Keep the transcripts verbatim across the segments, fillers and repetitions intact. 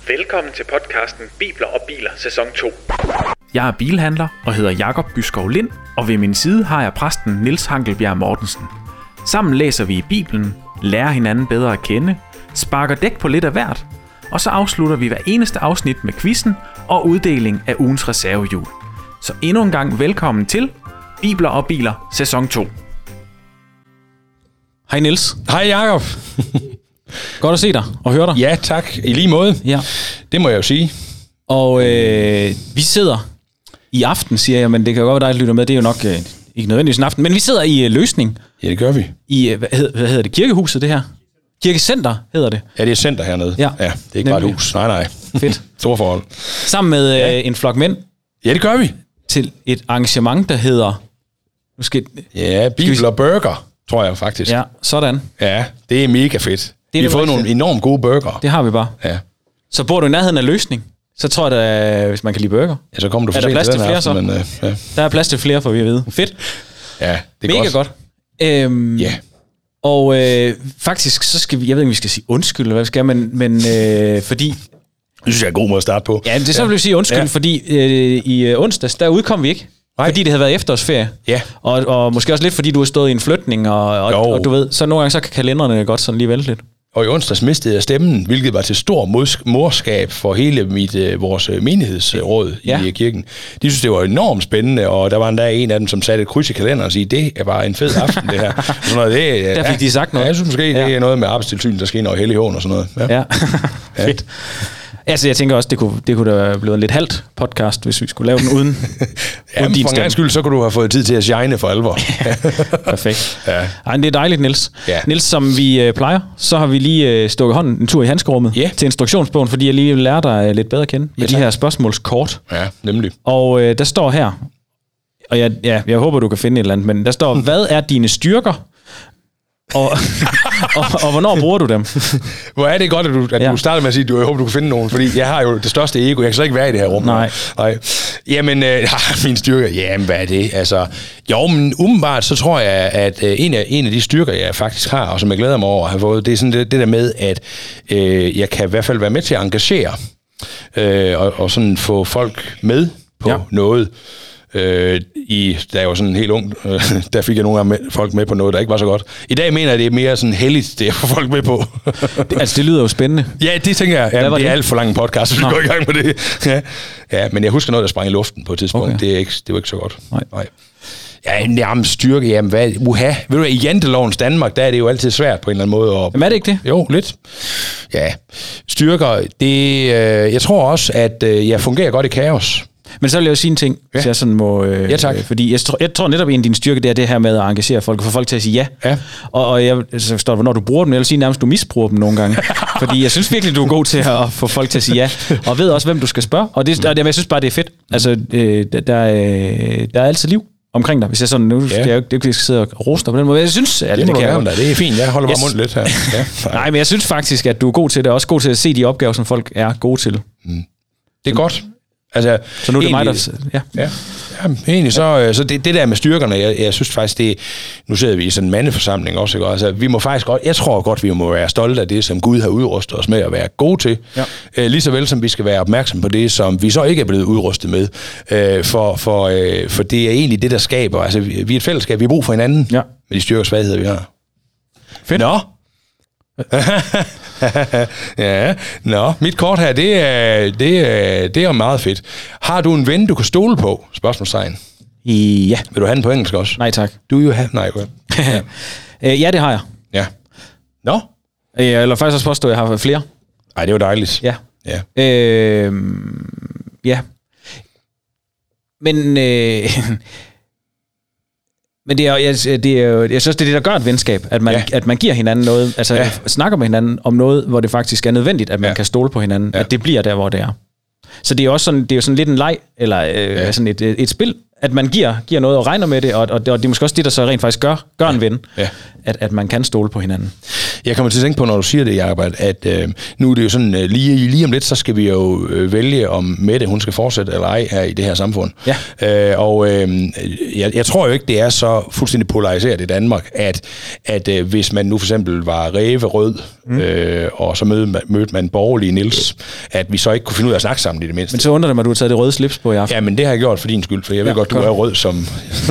Velkommen til podcasten Bibler og Biler, sæson to. Jeg er bilhandler og hedder Jakob Byskov Lind, og ved min side har jeg præsten Niels Hankelbjerg Mortensen. Sammen læser vi i Bibelen, lærer hinanden bedre at kende, sparker dæk på lidt af hvert, og så afslutter vi hver eneste afsnit med quizzen og uddeling af ugens reservehjul. Så endnu en gang velkommen til Bibler og Biler, sæson to. Hej Niels. Hej Jakob. Godt at se dig og høre dig. Ja, tak. I lige måde. Ja. Det må jeg jo sige. Og øh, vi sidder i aften, siger jeg, men det kan jo godt være dig, der lytter med. Det er jo nok øh, ikke nødvendigvis en aften, men vi sidder i øh, Løsning. Ja, det gør vi. I, øh, hvad, hedder, hvad hedder det? Kirkehuset, det her? Kirkecenter hedder det. Ja, det er center hernede. Ja, ja det er ikke bare et hus. Nej, nej. Fedt. Store forhold. Sammen med ja. øh, en flok mænd. Ja, det gør vi. Til et arrangement, der hedder... Nu skal, ja, Bibel og Burger, tror jeg faktisk. Ja, sådan. Ja, det er mega fedt. Det vi har fået nogle enormt gode burger. Det har vi bare. Ja. Så bor du i nærheden af Løsning, så tror jeg, at hvis man kan lide burger. Ja, så kommer du for sent til den flere, aften. Men, øh, ja. Der er plads til flere, for vi at vide. Fedt. Ja, det er mega godt. godt. Øhm, ja. Og øh, faktisk, så skal vi... Jeg ved ikke, om vi skal sige undskyld, eller hvad vi skal, men, men øh, fordi... Det synes jeg er en god måde at starte på. Ja, det så vil jeg sige undskyld, ja. fordi øh, i onsdags, der udkom vi ikke. Nej. Fordi det havde været efterårsferie. Ja. Og, og måske også lidt, fordi du har stået i en flytning, og, og, og du ved, så nogle gange så kan kalenderne godt sådan lige vælte lidt. Og i onsdags mistede jeg stemmen, hvilket var til stor morskab for hele mit, øh, vores menighedsråd ja. i kirken. De synes, det var enormt spændende, og der var endda en af dem, som satte et kryds i kalenderen og sige, det er bare en fed aften, det her. Sådan noget, det, der fik ja, de sagt noget. Ja, jeg synes måske, ja. det er noget med arbejdstilsyn, der skal ind over Helligånden og sådan noget. Ja, ja. ja. Fedt. Altså, jeg tænker også, det kunne, det kunne da blive en lidt halvt podcast, hvis vi skulle lave den uden, ja, uden din for en gang skyld, så kunne du have fået tid til at shine for alvor. Ja. Perfekt. Ja. Ej, det er dejligt, Niels. Ja. Niels, som vi øh, plejer, så har vi lige øh, stukket hånden en tur i handskerummet ja. til instruktionsbogen, fordi jeg lige vil lære dig lidt bedre at kende med ja, de her spørgsmålskort. Ja, nemlig. Og øh, der står her, og jeg, ja, jeg håber, du kan finde et eller andet, men der står, hvad er dine styrker? og, og, og hvornår bruger du dem? Hvor er det godt, at du, at ja. du starter med at sige, at du, jeg håber, du kan finde nogen, fordi jeg har jo det største ego. Jeg kan så ikke være i det her rum. Nej. Nej. Jamen, øh, min styrker, jamen, hvad er det? Altså, jo, men umiddelbart, så tror jeg, at øh, en, af, en af de styrker, jeg faktisk har, og som jeg glæder mig over at have fået, det er sådan det, det der med, at øh, jeg kan i hvert fald være med til at engagere, øh, og, og sådan få folk med på ja. noget. Øh, i, da jeg var sådan helt ung, øh, der fik jeg nogle gange med, folk med på noget, der ikke var så godt. I dag mener jeg, det er mere sådan heldigt, det at få folk med på. det, altså, det lyder jo spændende. Ja, det tænker jeg. Ja, det, det er alt for lang en podcast, hvis vi går i gang med det. Ja. ja, men jeg husker noget, der sprang i luften på et tidspunkt. Okay. Det, er ikke, det var ikke så godt. Nej. Nej. Ja, nærmest styrke, jamen hvad, uha. Ved du hvad, i jantelovens Danmark, der er det jo altid svært på en eller anden måde. Og, jamen er det ikke det? Jo, lidt. Ja, styrker, det, øh, jeg tror også, at øh, jeg fungerer godt i kaos. Men så vil jeg jo sige en ting, ja. så jeg sådan må... Øh, ja, tak. Fordi jeg, jeg tror netop, en af dine styrker, det er det her med at engagere folk, og få folk til at sige ja. ja. Og, og jeg så forstår, hvornår du bruger dem, jeg vil sige nærmest, du misbruger dem nogle gange. Fordi jeg synes virkelig, du er god til at få folk til at sige ja, og ved også, hvem du skal spørge. Og, det, og jeg synes bare, det er fedt. Altså, øh, der, der, er, der er altid liv omkring dig. Hvis jeg sådan, nu skal ja. jeg jo ikke jeg skal sidde og roste dig på den måde. Jeg synes, at det, det, det kan jeg, det er fint, jeg holder bare mund lidt her. Ja. Nej, men jeg synes faktisk, at du er god til det, også god til at se de opgaver, som folk er gode til. Mm. Det er godt. Altså, så nu er det mig, der... Ja. ja. Ja, egentlig så, så det, det der med styrkerne, jeg, jeg synes faktisk, det nu sidder vi i sådan en mandeforsamling også, ikke? Altså, vi må faktisk godt, jeg tror godt, vi må være stolte af det, som Gud har udrustet os med at være gode til. Ja. Øh, lige så vel som vi skal være opmærksom på det, som vi så ikke er blevet udrustet med. Øh, for, for, øh, for det er egentlig det, der skaber. Altså, vi, vi er et fællesskab, vi har brug for hinanden, ja. med de styrker og svagheder, vi har. Fedt. Nå! ja, nå, mit kort her, det er, det, er, det er meget fedt. Har du en ven, du kan stole på? Spørgsmålstegn. Ja. Vil du have den på engelsk også? Nej, tak. Do you have? Nej, okay. Ja. ja, det har jeg. Ja. Nå? Eller faktisk også påstå, at jeg har flere. Ej, det var dejligt. Ja. Ja. Øh, ja. Men... Øh, Men det er, jeg, det er jo, jeg synes, det er det, der gør et venskab, at man, ja. at man giver hinanden noget, altså ja. snakker med hinanden om noget, hvor det faktisk er nødvendigt, at man ja. kan stole på hinanden, ja. at det bliver der, hvor det er. Så det er også sådan, det er jo sådan lidt en leg, eller øh, ja. sådan et, et spil, at man giver, giver noget og regner med det, og, og, og det er måske også det, der så rent faktisk gør, gør en ven. Ja. at, at man kan stole på hinanden. Jeg kommer til at tænke på, når du siger det, Jacob, at øh, nu er det jo sådan, øh, lige, lige om lidt, så skal vi jo øh, vælge, om Mette, hun skal fortsætte eller ej her i det her samfund. Ja. Øh, og øh, jeg, jeg tror jo ikke, det er så fuldstændig polariseret i Danmark, at, at øh, hvis man nu for eksempel var ræverød, mm. øh, og så mødte, mødte man borgerlige Niels, at vi så ikke kunne finde ud af at snakke sammen i det mindste. Men så undrer det mig, at du har taget det røde slips på i aften. Ja, men det har jeg gjort for din skyld, for jeg ved ja, godt, du er rød som...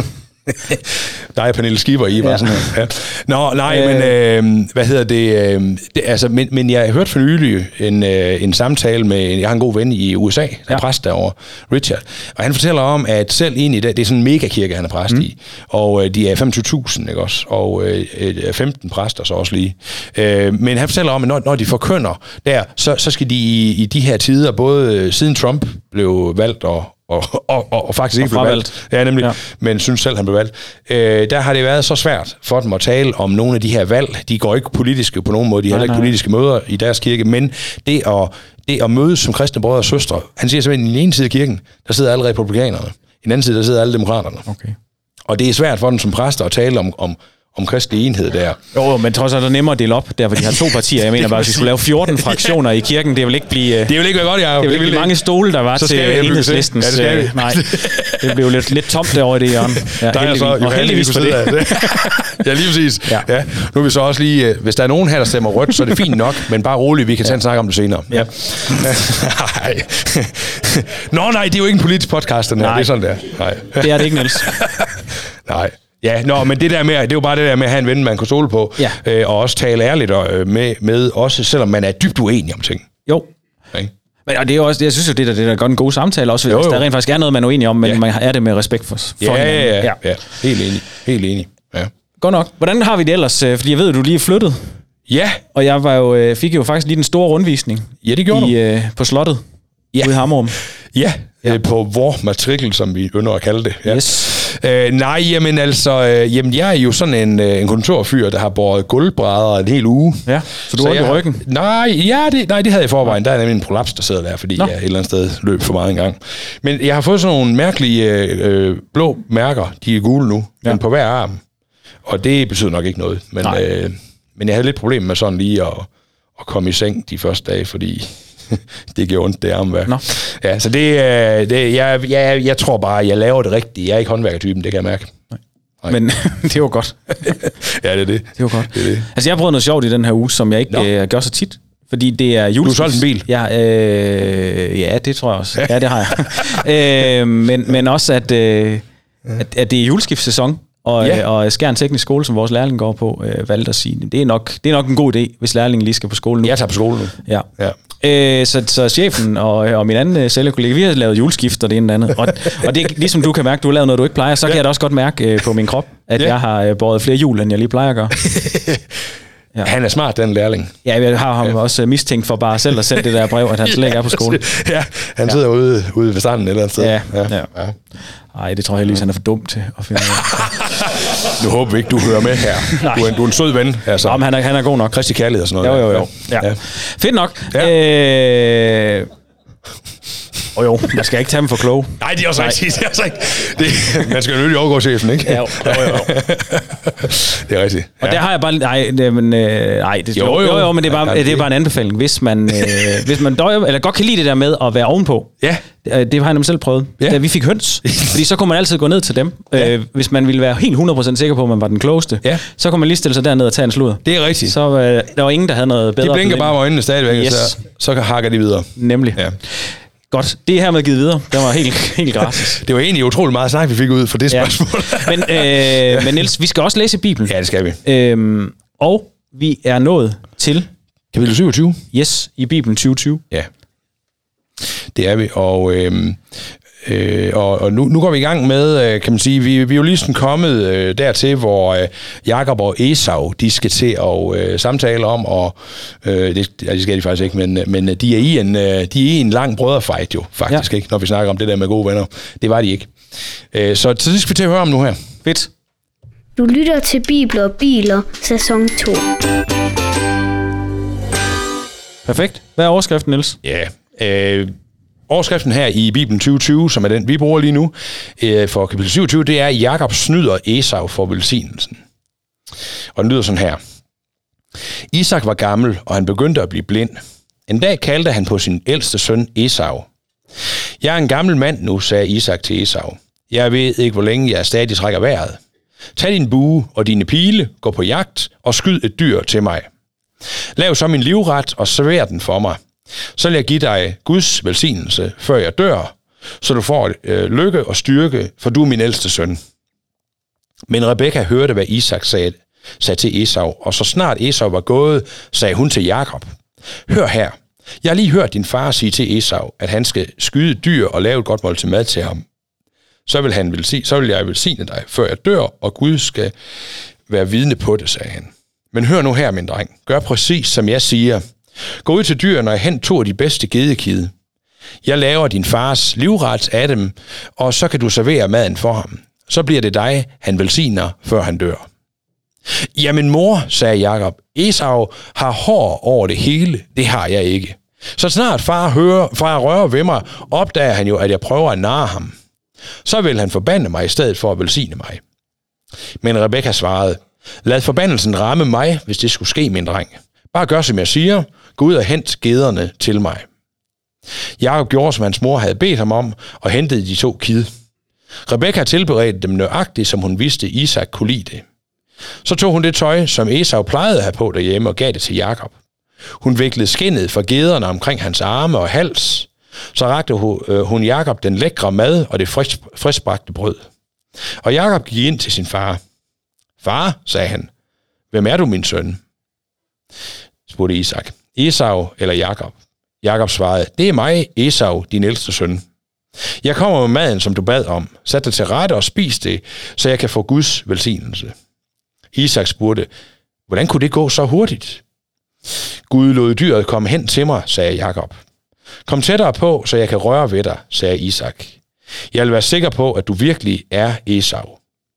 dig og Pernille Skipper i, var ja. sådan her. Ja. Nå, nej, øh. men øh, hvad hedder det? Øh, det altså, men, men jeg har hørt for nylig en, øh, en samtale med, jeg har en god ven i U S A, der ja. er præst derovre, Richard, og han fortæller om, at selv ind i det, det er sådan en megakirke, han er præst mm. i, og øh, de er femogtyve tusind, ikke også? Og øh, femten præster så også lige. Øh, men han fortæller om, at når, når de forkynder der, så, så skal de i, i de her tider, både siden Trump blev valgt og Og, og, og, og faktisk ikke blev valgt. Ja, nemlig. Ja. Men synes selv, han blev valgt. Øh, der har det været så svært for dem at tale om nogle af de her valg. De går ikke politiske på nogen måde. De har heller ikke politiske møder i deres kirke. Men det at, det at mødes som kristne brødre og søstre, han siger simpelthen, i den ene side af kirken, der sidder alle republikanerne. I den anden side, der sidder alle demokraterne. Okay. Og det er svært for dem som præster at tale om, om om kristelig enhed der. Jo, men trods alt er det nemmere at dele op, der hvor de har to partier. Jeg mener bare, hvis vi skulle lave fjorten fraktioner i kirken, det vil ikke blive... Det vil ikke være godt, Jacob. Det vil ikke blive mange stole, der var til Enhedslistens... Ja, det nej, det blev lidt, lidt tomt derovre i det hjørne. Ja, der er så jo heldigvis for det. Ja, lige præcis. Ja. Ja. Nu er vi så også lige... Hvis der er nogen her, der stemmer rødt, så er det fint nok, men bare roligt, vi kan tage en snak om det senere. Ja. Nej. Nå nej, det er jo ikke en politisk podcast, den her. Nej. Det er sådan der. Nej. Det er det ikke, Niels. Nej. Ja, nå, men det der med, det er jo bare det der med at have en ven, man kan stole på, ja. øh, og også tale ærligt og, med, med, også selvom man er dybt uenig om ting. Jo. Okay. Men og det er jo også, jeg synes jo, det der, det der gør en god samtale, også hvis jo, jo. der rent faktisk er noget, man er uenig om, men ja. man er det med respekt for, for ja, hinanden. Ja, ja, ja, helt enig. Helt enig. Ja. Godt nok. Hvordan har vi det ellers? Fordi jeg ved, at du lige er flyttet. Ja. Og jeg var jo, fik jo faktisk lige den store rundvisning. Ja, det gjorde i, du. Øh, på slottet. Ja. Ude i Hammerum. Ja. Ja. På vor matrikel, som vi ynder at kalde det. Ja. Yes. Øh, nej, jamen altså, øh, jamen, jeg er jo sådan en, øh, en kontorfyr, der har båret gulvbrædder en hel uge. Ja, så du har ikke ryggen? Nej, ja, det, nej, det havde jeg i forvejen. Der er nemlig en prolaps, der sidder der, fordi Nå. jeg et eller andet sted løb for meget en gang. Men jeg har fået sådan nogle mærkelige øh, blå mærker, de er gule nu, ja. men på hver arm. Og det betyder nok ikke noget. Men, øh, men jeg havde lidt problemer med sådan lige at, at komme i seng de første dage, fordi... det giver ondt, det armværk. Nå. Ja, så det, det jeg, jeg, jeg tror bare, jeg laver det rigtigt. Jeg er ikke håndværkertypen, det kan jeg mærke. Nej. Nej. Men det var godt. Ja, det er det. Det var godt. Det er det. Altså, jeg har prøvet noget sjovt i den her uge, som jeg ikke øh, gør så tit. Fordi det er juleskift. Du har solgt en bil? Ja, øh, ja, det tror jeg også. Ja, det har jeg. øh, men, men også, at, øh, at, at det er juleskiftssæson. Og, ja. og Skjern Teknisk Skole, som vores lærling går på, øh, valgte at sige, det er, nok, det er nok en god idé, hvis lærlingen lige skal på skole nu. Jeg tager på skole nu. Ja. ja. Øh, så, så chefen og, og min anden sælgerkollega, vi har lavet juleskift og det ene eller andet. Og, og det er ligesom du kan mærke, du har lavet noget, du ikke plejer, så ja. kan jeg da også godt mærke øh, på min krop, at ja. jeg har båret flere jul, end jeg lige plejer at gøre. Ja. Han er smart, den lærling. Ja, jeg har ham ja. også mistænkt for bare selv at sende det der brev, at han slet ikke er på skole. Ja, han sidder ja. ude, ude ved stranden et eller andet sted. Ja, ja. ja. ja. Ej, det tror jeg heldigvis, han er for dum til at finde ud Nu håber vi ikke, du hører med her. Du er en, du er en sød ven. Altså. Nå, men han er, han er god nok. Kristi kærlighed og sådan noget. Jo, jo, jo. Ja. Ja. Fedt nok. Ja. Øh... Og jo, man skal ikke tage dem for kloge. Nej, det er også rigtigt. Det er også rigtigt. Det, man skal jo nødt overgå chefen, ikke? Ja, jo, jo, jo. Det er rigtigt. Ja. Og der har jeg bare... Nej, det, men, øh, nej det, jo, jo, jo, jo, men det er bare, det er bare en anbefaling. Hvis man, øh, hvis man døjer, eller godt kan lide det der med at være ovenpå. Ja. Det, det har jeg nemlig selv prøvet. Ja. Da vi fik høns. Fordi så kunne man altid gå ned til dem. Ja. Øh, hvis man ville være helt hundrede procent sikker på, at man var den klogeste. Ja. Så kunne man lige stille sig derned og tage en sludder. Det er rigtigt. Så øh, der var ingen, der havde noget bedre. De blinker bare med øjnene stadigvæk, yes. så, så hakker de videre. Nemlig. Ja. Godt, det er hermed givet videre. Det var helt, helt gratis. Det var egentlig utroligt meget snak, vi fik ud for det spørgsmål. Ja. Men, øh, ja. men Niels, vi skal også læse Bibelen. Ja, det skal vi. Øhm, og vi er nået til... kapitel syvogtyve. Yes, i Bibelen tyve tyve. Ja, det er vi. Og, øhm, øh, og, og nu, nu går vi i gang med, kan man sige, vi, vi er jo lige sådan kommet øh, dertil, hvor øh, Jakob og Esau, de skal til at øh, samtale om, og øh, det, ja, det skal de faktisk ikke, men, men de er i en, øh, de er i en lang brødrefight jo, faktisk, ja. ikke, når vi snakker om det der med gode venner. Det var de ikke. Øh, så, så det skal vi til at høre om nu her. Fedt. Du lytter til Bibler og Biler, sæson to. Perfekt. Hvad er overskriften, Niels? Ja, øh, overskriften her i Bibelen tyve tyve, som er den, vi bruger lige nu, øh, for kapitel syvogtyve, det er, Jakob snyder Esau for velsignelsen. Og den lyder sådan her. Isak var gammel, og han begyndte at blive blind. En dag kaldte han på sin ældste søn Esau. Jeg er en gammel mand nu, sagde Isak til Esau. Jeg ved ikke, hvor længe jeg stadig trækker vejret. Tag din bue og dine pile, gå på jagt og skyd et dyr til mig. Lav så min livret og server den for mig. Så vil jeg give dig Guds velsignelse, før jeg dør, så du får øh, lykke og styrke, for du er min ældste søn. Men Rebekka hørte, hvad Isak sagde, sagde til Esau, og så snart Esau var gået, sagde hun til Jakob. Hør her, jeg har lige hørt din far sige til Esau, at han skal skyde dyr og lave et godt måltid mad til ham. Så vil, han velsigne, så vil jeg velsigne dig, før jeg dør, og Gud skal være vidne på det, sagde han. Men hør nu her, min dreng. Gør præcis, som jeg siger. Gå ud til dyrene og hent to af de bedste gedekide. Jeg laver din fars livret af dem, og så kan du servere maden for ham. Så bliver det dig, han velsigner, før han dør. Jamen mor, sagde Jakob, Esau har hår over det hele. Det har jeg ikke. Så snart far, hører, far rører ved mig, opdager han jo, at jeg prøver at narre ham. Så vil han forbande mig i stedet for at velsigne mig. Men Rebekka svarede, lad forbandelsen ramme mig, hvis det skulle ske, min dreng. Bare gør, som jeg siger. Gå ud og hent gederne til mig. Jakob gjorde, som hans mor havde bedt ham om, og hentede de to kid. Rebekka tilberedte dem nøjagtigt, som hun vidste, Isak kunne lide det. Så tog hun det tøj, som Esau plejede at have på derhjemme, og gav det til Jakob. Hun viklede skindet fra gederne omkring hans arme og hals. Så rakte hun Jakob den lækre mad og det frisk, friskbragte brød. Og Jakob gik ind til sin far. Far, sagde han, hvem er du, min søn? Spurgte Isak. Esau eller Jakob? Jakob svarede, det er mig, Esau, din ældste søn. Jeg kommer med maden, som du bad om. Sæt dig til rette og spis det, så jeg kan få Guds velsignelse. Isak spurgte, hvordan kunne det gå så hurtigt? Gud lod dyret komme hen til mig, sagde Jakob. Kom tættere på, så jeg kan røre ved dig, sagde Isak. Jeg vil være sikker på, at du virkelig er Esau.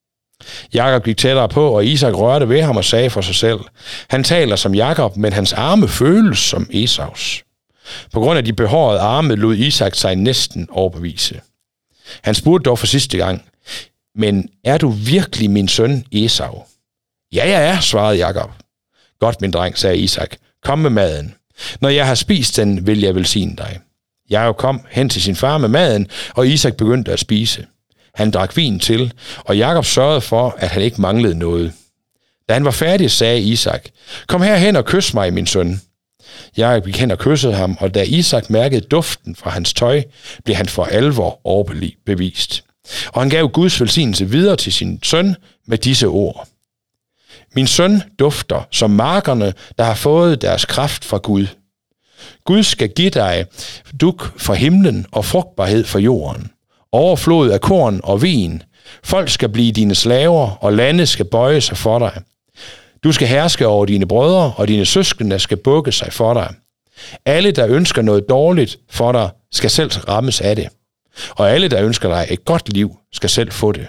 Jakob gik tættere på, og Isak rørte ved ham og sagde for sig selv, han taler som Jakob, men hans arme føles som Esaus. På grund af de behårede arme lod Isak sig næsten overbevise. Han spurgte dog for sidste gang, men er du virkelig min søn Esau? Ja, jeg er, svarede Jakob. Godt, min dreng, sagde Isak. Kom med maden. Når jeg har spist den, vil jeg velsigne dig. Jakob kom hen til sin far med maden, og Isak begyndte at spise. Han drak vin til, og Jakob sørgede for, at han ikke manglede noget. Da han var færdig, sagde Isak, kom herhen og kys mig, min søn. Jakob gik hen og kyssede ham, og da Isak mærkede duften fra hans tøj, blev han for alvor overbevist. Og han gav Guds velsignelse videre til sin søn med disse ord. Min søn dufter som markerne, der har fået deres kraft fra Gud. Gud skal give dig duk fra himlen og frugtbarhed fra jorden. Overflod af korn og vin. Folk skal blive dine slaver, og lande skal bøje sig for dig. Du skal herske over dine brødre, og dine søskende skal bukke sig for dig. Alle, der ønsker noget dårligt for dig, skal selv rammes af det. Og alle, der ønsker dig et godt liv, skal selv få det.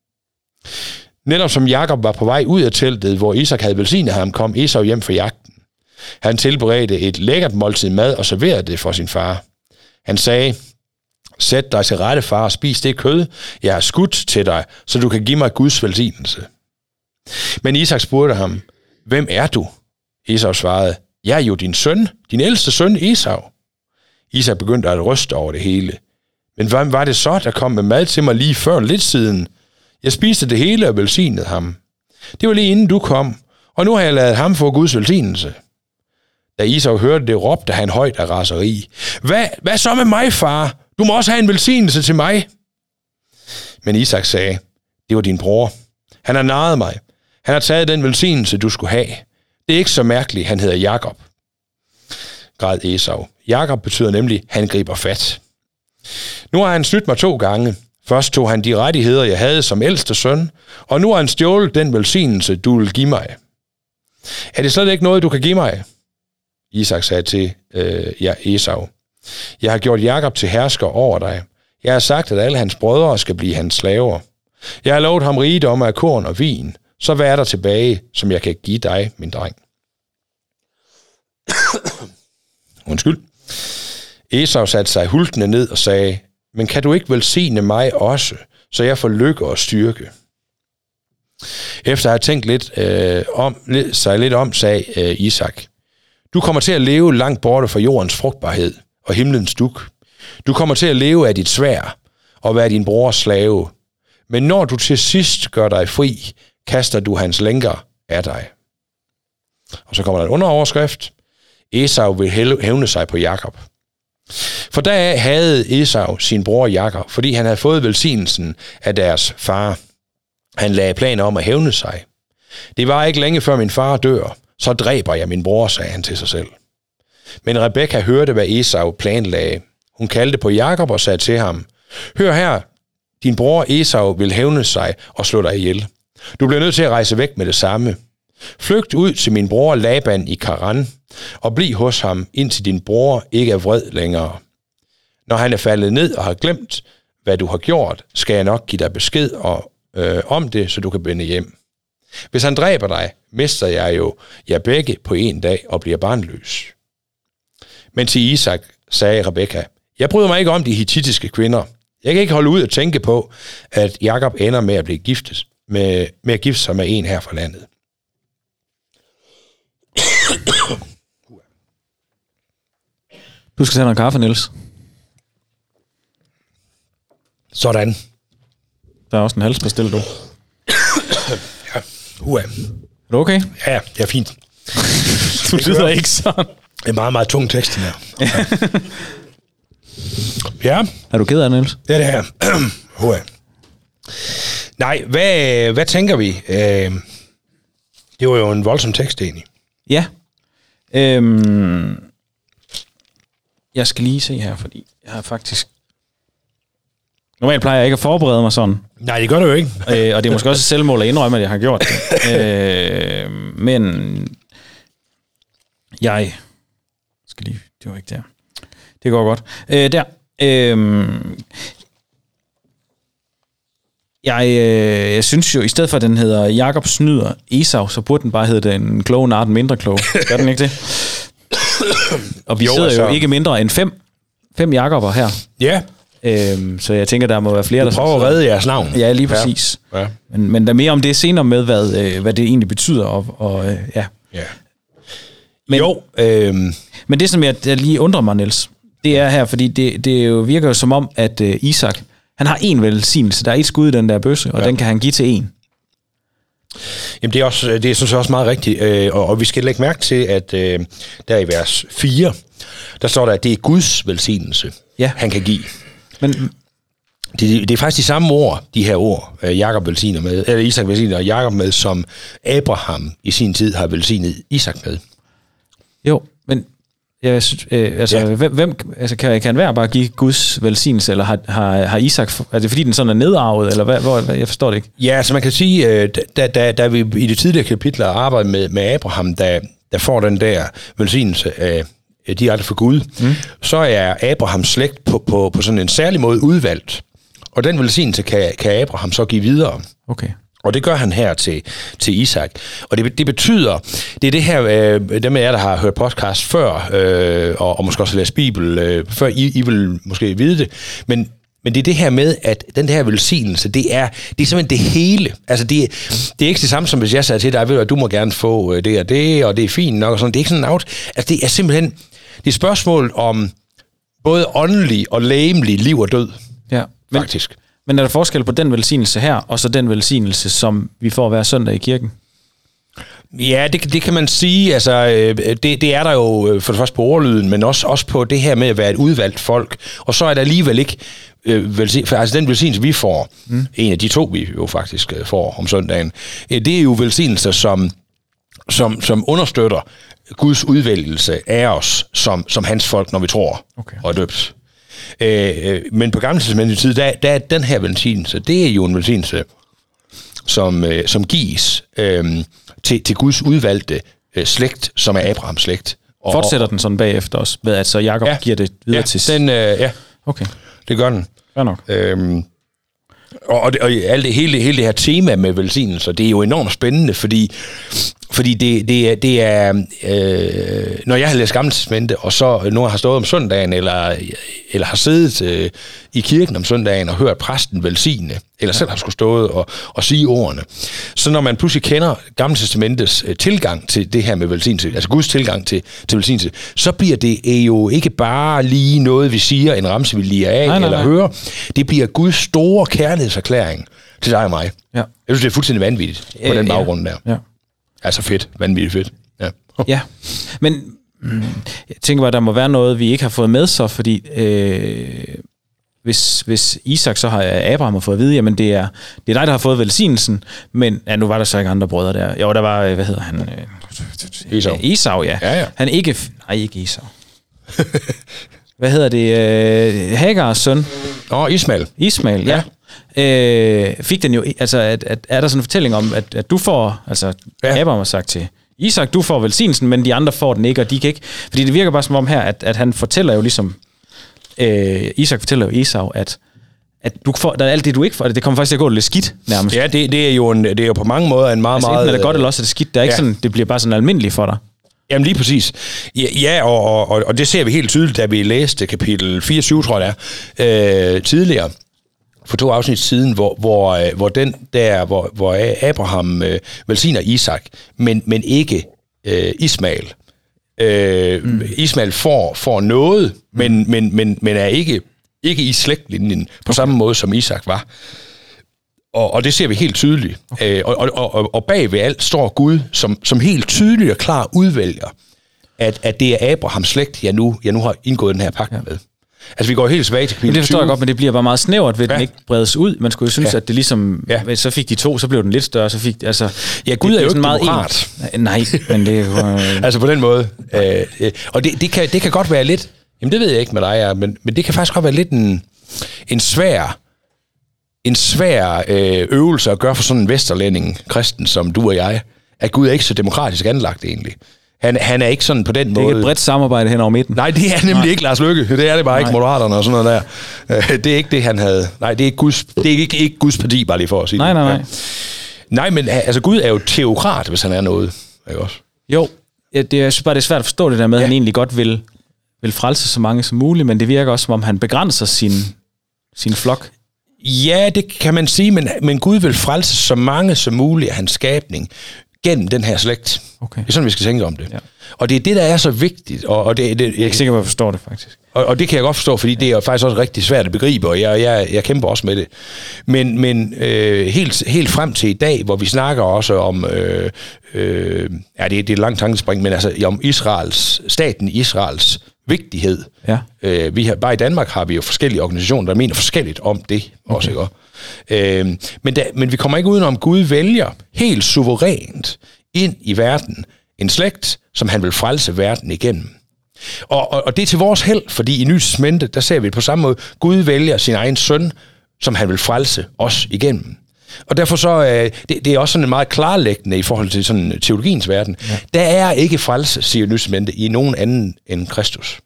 Netop som Jakob var på vej ud af teltet, hvor Isak havde velsignet ham, kom Esau hjem fra jagten. Han tilberedte et lækkert måltid mad og serverede det for sin far. Han sagde, sæt dig til rette, far, og spis det kød, jeg har skudt til dig, så du kan give mig Guds velsignelse. Men Isak spurgte ham, hvem er du? Esau svarede, jeg er jo din søn, din ældste søn Esau. Isak begyndte at ryste over det hele. Men hvem var det så, der kom med mad til mig lige før lidt siden? Jeg spiste det hele og velsignede ham. Det var lige inden du kom, og nu har jeg ladet ham få Guds velsignelse. Da Esau hørte det, råbte han højt af raseri. Hvad, hvad så med mig, far? Du må også have en velsignelse til mig. Men Isak sagde, det var din bror. Han har narret mig. Han har taget den velsignelse, du skulle have. Det er ikke så mærkeligt, han hedder Jakob. Græd Esau. Jakob betyder nemlig, han griber fat. Nu har han snydt mig to gange. Først tog han de rettigheder, jeg havde som ældste søn, og nu har han stjålet den velsignelse, du vil give mig. Er det slet ikke noget, du kan give mig? Isak sagde til øh, ja, Esau. Jeg har gjort Jakob til hersker over dig. Jeg har sagt, at alle hans brødre skal blive hans slaver. Jeg har lovet ham rigdom af korn og vin. Så hvad er der tilbage, som jeg kan give dig, min dreng? Undskyld. Esau satte sig hultende ned og sagde, men kan du ikke velsigne mig også, så jeg får lykke og styrke? Efter at have tænkt lidt, øh, om, sig lidt om, sagde øh, Isak: du kommer til at leve langt borte fra jordens frugtbarhed og himlens dug. Du kommer til at leve af dit sværd og være din brors slave. Men når du til sidst gør dig fri, kaster du hans lænker af dig. Og så kommer der en underoverskrift: Esau vil hævne sig på Jakob. For deraf havde Esau sin bror Jakob, fordi han havde fået velsignelsen af deres far. Han lagde planer om at hævne sig. Det var ikke længe før min far dør, så dræber jeg min bror, sagde han til sig selv. Men Rebekka hørte, hvad Esau planlagde. Hun kaldte på Jakob og sagde til ham: hør her, din bror Esau vil hævne sig og slå dig ihjel. Du bliver nødt til at rejse væk med det samme. Flygt ud til min bror Laban i Karan og bliv hos ham, indtil din bror ikke er vred længere. Når han er faldet ned og har glemt, hvad du har gjort, skal jeg nok give dig besked og, øh, om det, så du kan vende hjem. Hvis han dræber dig, mister jeg jo jer begge på en dag og bliver barnløs. Men til Isak sagde Rebekka: jeg bryder mig ikke om de hittitiske kvinder. Jeg kan ikke holde ud og tænke på, at Jakob ender med at blive giftet med, med at gifte sig med en her fra landet. Du skal tage noget kaffe, Niels. Sådan. Der er også en halspastil, du. Ja, uha. Er du okay? Ja, det er fint. Du lyder ikke sådan. Det er meget, meget tung tekst, den her. Ja. Ja. Er du ked af, Niels? Det er det her. Uha. Nej, hvad, hvad tænker vi? Øh, det var jo en voldsom tekst, egentlig. Ja. Øhm, jeg skal lige se her, fordi jeg har faktisk... Normalt plejer jeg ikke at forberede mig sådan. Nej, det gør du jo ikke. øh, og det er måske også et selvmål at indrømme, at jeg har gjort det. øh, men jeg skal lige... Det var ikke der. Det går godt. Øh, der. Øh, jeg, øh, jeg synes jo, i stedet for at den hedder Jakob snyder Esau, så burde den bare hedde den kloge narten mindre klog. Gør den ikke det? Og vi jo, sidder altså jo ikke mindre end fem, fem Jakober her. Ja. Øhm, så jeg tænker, der må være flere, du der... prøver at redde jeres navn. Ja, lige præcis. Ja. Ja. Men, men der er mere om det senere med, hvad, øh, hvad det egentlig betyder. Og, og, øh, ja. Ja. Men, jo. Øh... Men det, som jeg, jeg lige undrer mig, Niels, det er her, fordi det, det jo virker jo som om, at øh, Isak, han har en velsignelse. Der er et skud i den der bøsse, og ja. Den kan han give til en. Jamen, det er, også, det er synes jeg også meget rigtigt. Øh, og, og vi skal lægge mærke til, at øh, der i vers fire, der står der, at det er Guds velsignelse, ja. Han kan give. Men det, det er faktisk de samme ord, de her ord, Jakob velsigner med, eller Isak velsigner Jakob med, som Abraham i sin tid har velsignet Isak med. Jo, men jeg synes, øh, altså, ja. hvem, hvem, altså, kan, kan hver bare give Guds velsignelse, eller har, har, har Isak, er det fordi den sådan er nedarvet, eller hvad, hvor, jeg forstår det ikke? Ja, altså man kan sige, da, da, da vi i de tidligere kapitler arbejder med, med Abraham, der, der får den der velsignelse af direkte for Gud, mm. så er Abrahams slægt på, på, på sådan en særlig måde udvalgt. Og den velsignelse kan, kan Abraham så give videre. Okay. Og det gør han her til, til Isak. Og det, det betyder, det er det her, øh, dem af jer, der har hørt podcast før, øh, og, og måske også læst Bibel, øh, før I, I vil måske vide det, men Men det er det her med, at den her velsignelse, det er, det er simpelthen det hele. Altså, det, det er ikke det samme, som hvis jeg sagde til dig, ved du, at du må gerne få det og det, og det er fint nok, og sådan. Det er ikke sådan en out. Altså, det er simpelthen, det er et spørgsmål om både åndelig og legemlig liv og død. Ja, men, faktisk. Men er der forskel på den velsignelse her, og så den velsignelse, som vi får hver søndag i kirken? Ja, det, det kan man sige. Altså, det, det er der jo for det første på ordlyden, men også, også på det her med at være et udvalgt folk. Og så er der alligevel ikke øh, velsignelse, altså den velsignelse, vi får, mm. en af de to, vi jo faktisk får om søndagen, det er jo velsignelser, som, som, som understøtter Guds udvælgelse af os som, som hans folk, når vi tror okay. og er døbt. Øh, men på gamle testamentets tid, der, der er den her velsignelse, det er jo en velsignelse, som, øh, som gives øh, til, til Guds udvalgte øh, slægt, som er Abrahams slægt. Og, Fortsætter den sådan bagefter også, med at så Jakob ja, giver det videre ja, til... Den, øh, ja, okay. Det gør den. Ja nok. Øhm, og, og, det, og alt det, hele, hele det her tema med velsignelser, det er jo enormt spændende, fordi Fordi det, det er, det er øh, når jeg har læst Gamle Testamente, og så nogen har stået om søndagen, eller, eller har siddet øh, i kirken om søndagen og hørt præsten velsigne, eller selv har skulle stået og, og sige ordene. Så når man pludselig kender Gamle Testamentets øh, tilgang til det her med velsignelse, altså Guds tilgang til, til velsignelse, så bliver det jo ikke bare lige noget, vi siger, en ramse, vi liger af, nej, nej, eller nej. hører. Det bliver Guds store kærlighedserklæring til dig og mig. Ja. Jeg synes, det er fuldstændig vanvittigt på den baggrund der. Ja. Altså fedt. Vanvittigt fedt. Ja. Ja. Men mm, jeg tænker bare, der må være noget, vi ikke har fået med så, fordi øh, hvis, hvis Isak så har Abraham har fået at vide, jamen det er, det er dig, der har fået velsignelsen, men ja, nu var der så ikke andre brødre der. Jo, der var, hvad hedder han? Øh, Esau. Esau, ja. ja, ja. Han ikke... Nej, ikke Esau. Hvad hedder det? Øh, Hagars søn. Åh, oh, Ismael. Ismael, ja. ja. Øh, fik den jo, altså, at, at, er der sådan en fortælling om, at, at du får, altså, ja. Abraham har sagt til Isak, du får velsignelsen, men de andre får den ikke, og de kan ikke, fordi det virker bare som om her, at, at han fortæller jo ligesom, øh, Isak fortæller jo Esau, at, at du får, der er alt det, du ikke får, det kommer faktisk til at gå lidt skidt, nærmest. Ja, det, det, er, jo en, det er jo på mange måder en meget, altså, meget... enten er det godt, eller også er det skidt, det er ikke ja. sådan, det bliver bare sådan almindeligt for dig. Jamen lige præcis. Ja, ja og, og, og det ser vi helt tydeligt, da vi læste kapitel fireogtyve, tror jeg det er, øh, tidligere, for to afsnit siden, hvor, hvor, hvor den der, hvor, hvor Abraham øh, velsigner Isak, men, men ikke øh, Ismael. Øh, mm. Ismael får, får noget, men, mm. men, men, men er ikke, ikke i slægtlinjen på okay. samme måde, som Isak var. Og, og det ser vi helt tydeligt. Okay. Øh, og, og, og, og bag ved alt står Gud, som, som helt tydeligt og klar udvælger, at, at det er Abrahams slægt, jeg nu, jeg nu har indgået den her pagt ja. med. Altså, vi går helt tilbage til kapitel det forstår tyve. jeg godt, men det bliver bare meget snævert, ved ja. den ikke bredes ud. Man skulle jo synes, ja. at det ligesom... Ja. Så fik de to, så blev den lidt større, så fik... Altså, ja, Gud er jo ikke meget demokrat. Nej, men det er jo... altså, på den måde. Øh, øh, og det, det, kan, det kan godt være lidt... Jamen, det ved jeg ikke med dig, men, men det kan faktisk godt være lidt en, en svær... en svær øh, øvelse at gøre for sådan en vesterlænding, kristen som du og jeg, at Gud er ikke så demokratisk anlagt egentlig. Han, han er ikke sådan på den måde... måde... Det er ikke et bredt samarbejde hen over midten. Nej, det er nemlig nej. ikke Lars Løkke. Det er det bare nej. ikke Moderaterne og sådan noget der. Det er ikke det, han havde... Nej, det er ikke Guds, det er ikke, ikke Guds parti, bare lige for at sige nej, det. Nej, nej, nej. Nej, men altså Gud er jo teokrat, hvis han er noget. Ikke også? Jo, ja, det er, jeg synes bare, det er svært at forstå det der med, ja. at han egentlig godt vil, vil frelse så mange som muligt, men det virker også, som om han begrænser sin, sin flok. Ja, det kan man sige, men, men Gud vil frelse så mange som muligt af hans skabning gennem den her slægt. Okay. Det er sådan, vi skal tænke om det. Ja. Og det er det, der er så vigtigt. Og, og det, det, jeg er ikke sikker på, at jeg forstår det, faktisk. Og, og det kan jeg godt forstå, fordi ja. det er faktisk også rigtig svært at begribe, og jeg, jeg, jeg kæmper også med det. Men, men øh, helt, helt frem til i dag, hvor vi snakker også om, øh, øh, ja, det, det er et langt tankespring, men altså om Israels, staten Israels vigtighed. Ja. Øh, vi har, bare i Danmark har vi jo forskellige organisationer, der mener forskelligt om det også, okay. ikke? Øh, men, da, men vi kommer ikke udenom, Gud vælger helt suverænt ind i verden en slægt, som han vil frelse verden igennem. Og, og, og det er til vores held, fordi i Nye Testamente, der ser vi det på samme måde, Gud vælger sin egen søn, som han vil frelse os igennem. Og derfor så, øh, det, det er også sådan en meget klarlæggende i forhold til sådan teologiens verden. Ja. Der er ikke frelse, siger Nye Testamente, i nogen anden end Kristus.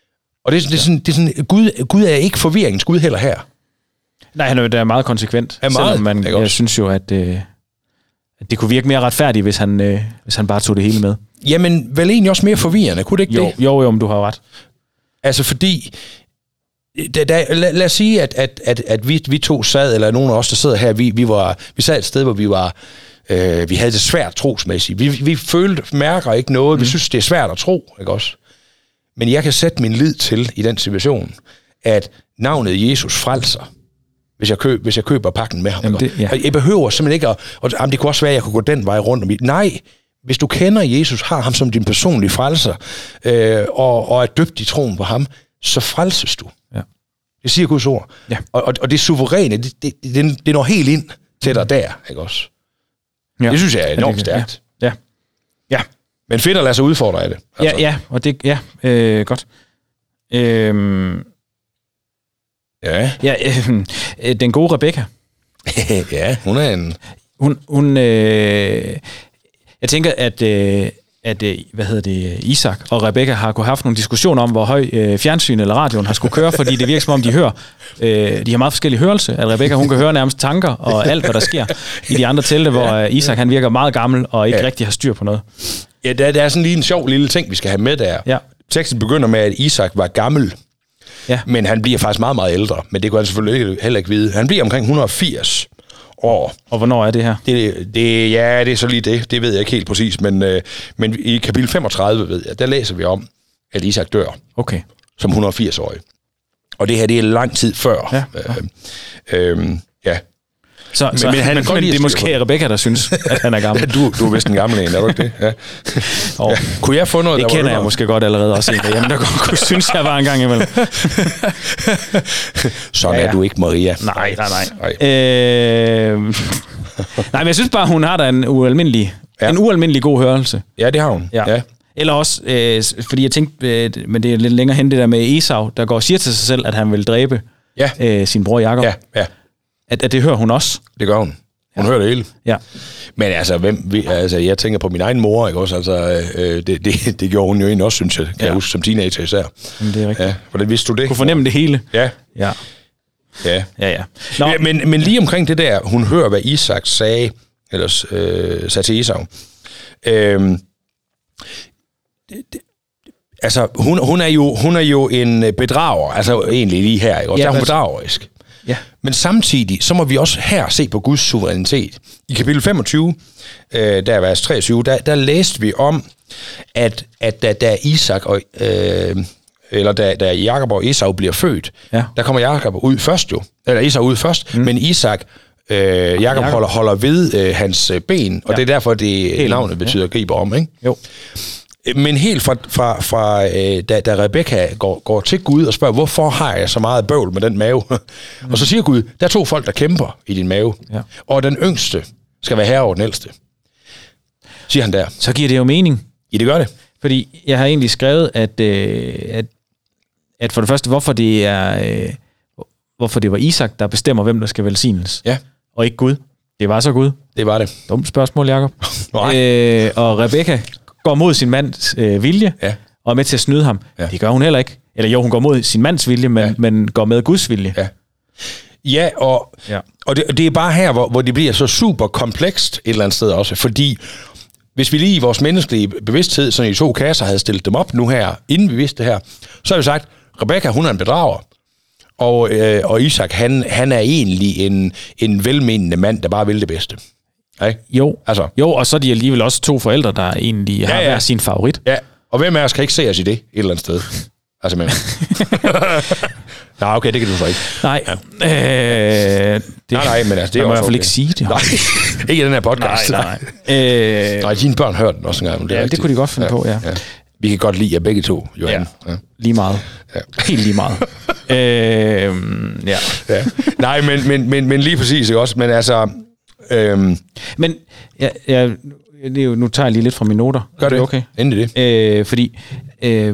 Og det, det, er sådan, det er sådan, Gud, Gud er ikke forvirringens Gud heller her. Nej, han er, der er meget konsekvent. Er meget, selvom man, jeg, jeg synes jo, at, øh, at det kunne virke mere retfærdigt, hvis han, øh, hvis han bare tog det hele med. Jamen, vel egentlig også mere forvirrende, kunne det ikke jo, det? Jo, jo, men du har ret. Altså fordi, da, da, lad, lad os sige, at, at, at, at vi, vi to sad, eller nogen af os, der sidder her, vi, vi, var, vi sad et sted, hvor vi var, øh, vi havde det svært trosmæssigt. Vi, vi følte, mærker ikke noget, mm. vi synes, det er svært at tro, ikke også? Men jeg kan sætte min lid til i den situation, at navnet Jesus frelser, hvis jeg, køb, hvis jeg køber pakken med ham. Jamen det, ja. Jeg behøver simpelthen ikke at... Og, jamen, det kunne også være, at jeg kunne gå den vej rundt om i. Nej, hvis du kender Jesus, har ham som din personlige frelser, øh, og, og er døbt i troen på ham, så frelses du. Ja. Det siger Guds ord. Ja. Og, og, og det suveræne, det, det, det, det når helt ind til dig der, ikke også? Ja. Det synes jeg er enormt stærkt. Ja. Ja. Men fedt at lade sig udfordre af det. Altså. Ja, ja, og det... Ja, øh, godt. Øhm... Ja. Ja, øh, den gode Rebecca. Ja, hun er en... Hun, hun øh, jeg tænker, at, øh, at hvad hedder det, Isak og Rebekka har kunne have haft nogle diskussioner om, hvor høj øh, fjernsyn eller radioen har skulle køre, fordi det virker som om, de hører. Øh, de har meget forskellige hørelse. At Rebekka, hun kan høre nærmest tanker og alt, hvad der sker i de andre telte, hvor øh, Isak, han virker meget gammel og ikke ja. rigtig har styr på noget. Ja, der, der er sådan lige en sjov lille ting, vi skal have med der. Ja. Teksten begynder med, at Isak var gammel, ja. men han bliver faktisk meget, meget ældre. Men det kunne han selvfølgelig heller ikke vide. Han bliver omkring et hundrede og firs år. Og hvornår er det her? Det, det, ja, det er så lige det. Det ved jeg ikke helt præcis, men, øh, men i kapitel femogtredive, ved jeg, der læser vi om, at Isak dør okay. som et hundrede og firs-årig. Og det her, det er lang tid før. Ja. Øh, øh, ja. Så, men, så, men, han, men, men det er måske Rebekka, der synes, at han er gammel. du, du er vist en gammel en, er du ikke det? Ja. Og ja. Kunne jeg få noget, det der kender jeg måske godt allerede også. Jamen, der kunne synes, jeg var en gang imellem. Sådan ja, ja. Er du ikke, Maria. Nej, nej, nej. Nej, øh, nej men jeg synes bare, hun har da en ualmindelig, ja. en ualmindelig god hørelse. Ja, det har hun. Ja. Ja. Eller også, øh, fordi jeg tænkte, øh, men det er lidt længere hen, det der med Esau, der går og siger til sig selv, at han vil dræbe ja. øh, sin bror Jakob. Ja, ja. At, at det hører hun også. Det gør hun. Hun ja. hører det hele. Ja. Men altså, hvem, altså, jeg tænker på min egen mor, ikke også? Altså, øh, det, det, det gjorde hun jo egentlig også, synes jeg, kan ja. jeg huske, som teenager især. Men det er rigtigt. Ja. Hvordan vidste du det? Du kunne fornemme det hele. Ja. Ja. Ja. Ja, ja. Nå. Ja, men, men lige omkring det der, hun hører, hvad Isak sagde, eller øh, sagde til Esau. Øh, det, det, altså, hun, hun, er jo, hun er jo en bedrager, altså egentlig lige her, ikke? Og ja, så er hun bedragerisk. Ja. Men samtidig, så må vi også her se på Guds suverænitet. I kapitel femogtyve, øh, der er vers treogtyve, der, der læste vi om, at, at da, da Isak og, øh, eller da, da Jakob og Esau bliver født, ja. der kommer Jakob ud først jo, eller Esau ud først, mm. men Isak, øh, Jakob holder, holder ved øh, hans ben, og ja. det er derfor, det helt navnet betyder ja. griber om, ikke? Jo. Men helt fra, fra, fra øh, da, da Rebekka går, går til Gud og spørger, hvorfor har jeg så meget bøvl med den mave? Mm. Og så siger Gud, der er to folk, der kæmper i din mave, ja. og den yngste skal være herre over den ældste. Siger han der. Så giver det jo mening. Ja, det gør det. Fordi jeg har egentlig skrevet, at, øh, at, at for det første, hvorfor det er, øh, hvorfor det var Isak, der bestemmer, hvem der skal velsignes. Ja. Og ikke Gud. Det var så Gud. Det var det. Dumt spørgsmål, Jacob. øh, og Rebekka går mod sin mands øh, vilje, ja. og er med til at snyde ham. Ja. Det gør hun heller ikke. Eller jo, hun går mod sin mands vilje, men, ja. men går med Guds vilje. Ja, ja og, ja. og det, det er bare her, hvor, hvor det bliver så super komplekst et eller andet sted også. Fordi hvis vi lige i vores menneskelige bevidsthed, sådan i to kasser, havde stillet dem op nu her, inden vi vidste det her, så har vi sagt, Rebekka, hun er en bedrager. Og, øh, og Isak, han, han er egentlig en, en velmenende mand, der bare vil det bedste. Okay? Jo. Altså. jo, og så er de alligevel også to forældre, der egentlig ja, har ja. hver sin favorit. Ja, og hvem af os kan ikke se os i det et eller andet sted? Altså, men... Nej, okay, det kan du så ikke. Nej. Ja. Øh, det, nej, nej, men altså, det er også... Man må i hvert fald okay. ikke sige det. Nej, ikke i den her podcast. Nej, nej. øh, nej, dine børn hørte den også en gang. Det ja, rigtigt. Det kunne de godt finde ja, på, ja. ja. Vi kan godt lide jer begge to, Johan. Ja, ja. Lige meget. Ja. Helt lige meget. øh, ja. ja. Nej, men, men, men, men lige præcis, ikke også? Men altså... Øhm, men ja, ja, det er jo, nu tager jeg lige lidt fra mine noter. Gør det, det okay? Endelig det. Øh, fordi øh,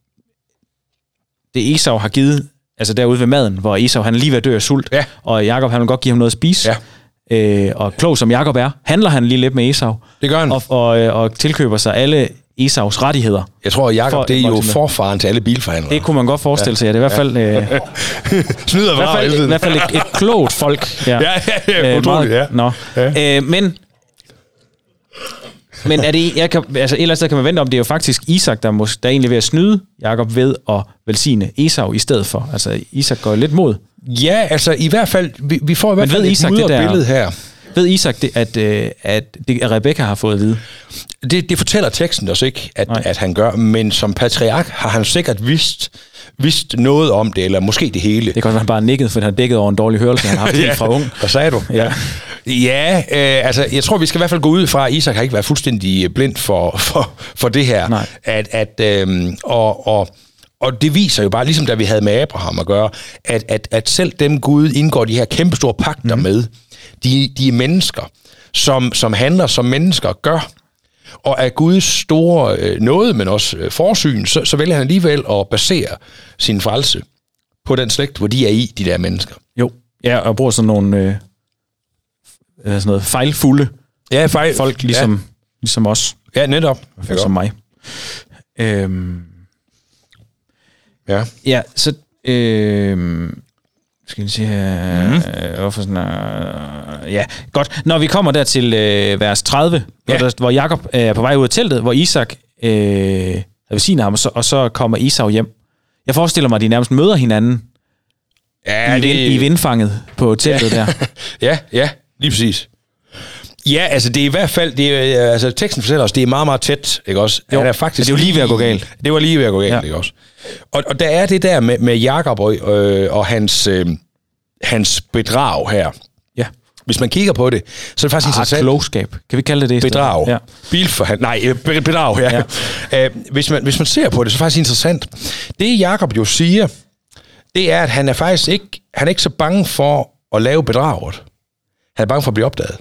det Esau har givet, altså derude ved maden, hvor Esau han er lige ved at dø af sult, ja. og Jakob han vil godt give ham noget at spise. Ja. Øh, og klog som Jakob er, handler han lige lidt med Esau. Det gør han. Og, og, og tilkøber sig alle Esaus rettigheder. Jeg tror, at Jakob, for, det er jo forfaren til alle bilforhandlere. Det kunne man godt forestille sig, ja. Det er i hvert fald... Ja. Øh, Snyder i hvert fald, i hvert fald et, et klogt folk. Ja, ja, ja, ja utroligt, ja. Nå. Ja. Øh, men... Men er det, jeg kan, altså et eller andet sted kan man vente om, det er jo faktisk Isak, der, mås, der er egentlig ved at snyde Jakob ved at velsigne Esau i stedet for. Altså Isak går lidt mod. Ja, altså i hvert fald, vi, vi får i hvert fald et Isak, det der, billede her. Ved Isak, det, at, at, at Rebekka har fået at vide? Det, det fortæller teksten også ikke, at, at han gør, men som patriark har han sikkert vidst, vidst noget om det, eller måske det hele. Det kan også han bare nikket, for han har dækket over en dårlig hørelse, han har haft ja. helt fra ung. Hvad sagde du? Ja. Ja, øh, altså jeg tror, vi skal i hvert fald gå ud fra, at Isak har ikke været fuldstændig blind for, for, for det her. Nej. At, at, øh, og, og, og det viser jo bare, ligesom da vi havde med Abraham at gøre, at, at, at selv dem Gud indgår de her kæmpestore pagter mm. med, de, de er mennesker, som, som handler som mennesker gør. Og af Guds store øh, noget, men også øh, forsyn, så, så vælger han alligevel at basere sin frelse på den slægt, hvor de er i, de der mennesker. Jo, ja, og bruger sådan nogle... Øh sådan noget fejlfulde ja, fejl. folk, ligesom, ja. ligesom os. Ja, netop. Som mig. Øhm, ja. Ja, så... Øhm, skal vi se her... Mm. Øh, hvorfor sådan... Øh, ja, godt. Når vi kommer der til øh, vers tredive, ja. hvor, der, hvor Jakob øh, er på vej ud af teltet, hvor Isak øh, velsigner ham, og så, og så kommer Esau hjem. Jeg forestiller mig, at de nærmest møder hinanden ja, i, det... vind, i vindfanget på teltet ja. der. ja, ja, lige præcis. Ja, altså det er i hvert fald, det er, altså teksten fortæller os, det er meget, meget tæt, ikke også? Jo, er faktisk det er jo lige ved at gå galt. Det var lige ved at gå galt, ja. Ikke også? Og, og der er det der med, med Jakob og, øh, og hans, øh, hans bedrag her. Ja. Hvis man kigger på det, så er det faktisk ah, interessant. Klogskab. Kan vi kalde det det? Bedrag. Ja. Bilforhandling. Nej, bedrag, ja. ja. Uh, hvis, man, hvis man ser på det, så er det faktisk interessant. Det Jakob jo siger, det er, at han er faktisk ikke, han er ikke så bange for at lave bedraget. Han er bange for at blive opdaget.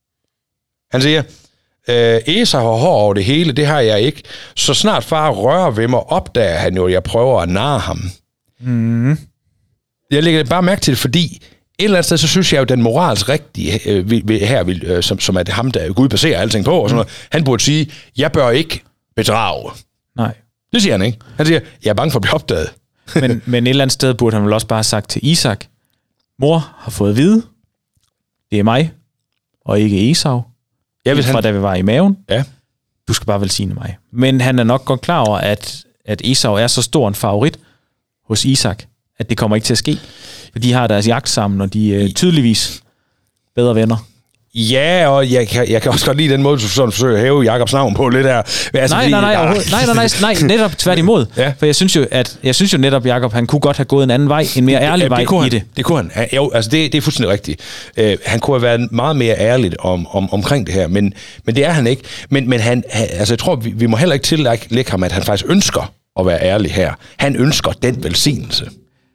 Han siger, øh, Esau har hår over det hele, det har jeg ikke. Så snart far rører ved mig, opdager han jo, at jeg prøver at narre ham. Mm. Jeg lægger bare mærke til det, fordi et eller andet sted, så synes jeg jo, den morals rigtige øh, her, øh, som, som er det ham, der Gud baserer alting på, og sådan noget, han burde sige, jeg bør ikke bedrage. Nej. Det siger han ikke. Han siger, jeg er bange for at blive opdaget. men, men et eller andet sted burde han vel også bare have sagt til Isak, mor har fået at vide, det er mig, og ikke Esau. Ja, hvis han... fra da vi var i maven. Ja. Du skal bare velsigne mig. Men han er nok godt klar over, at, at Esau er så stor en favorit hos Isak, at det kommer ikke til at ske. For de har deres jagt sammen, og de er tydeligvis bedre venner. Ja, og jeg kan, jeg kan også godt lide den måde, du sådan forsøger at hæve Jakobs navn på lidt her. Altså, nej, fordi, nej, nej, nej, nej, nej, nej, nej, netop tværtimod. Ja. For jeg synes jo, at jeg synes jo netop, Jakob, han kunne godt have gået en anden vej, en mere ærlig ja, vej det i det. Det kunne han. Jo, altså det, det er fuldstændig rigtigt. Uh, han kunne have været meget mere ærligt om, om, omkring det her, men, men det er han ikke. Men, men han, altså jeg tror, vi, vi må heller ikke tillægge ham, at han faktisk ønsker at være ærlig her. Han ønsker den velsignelse.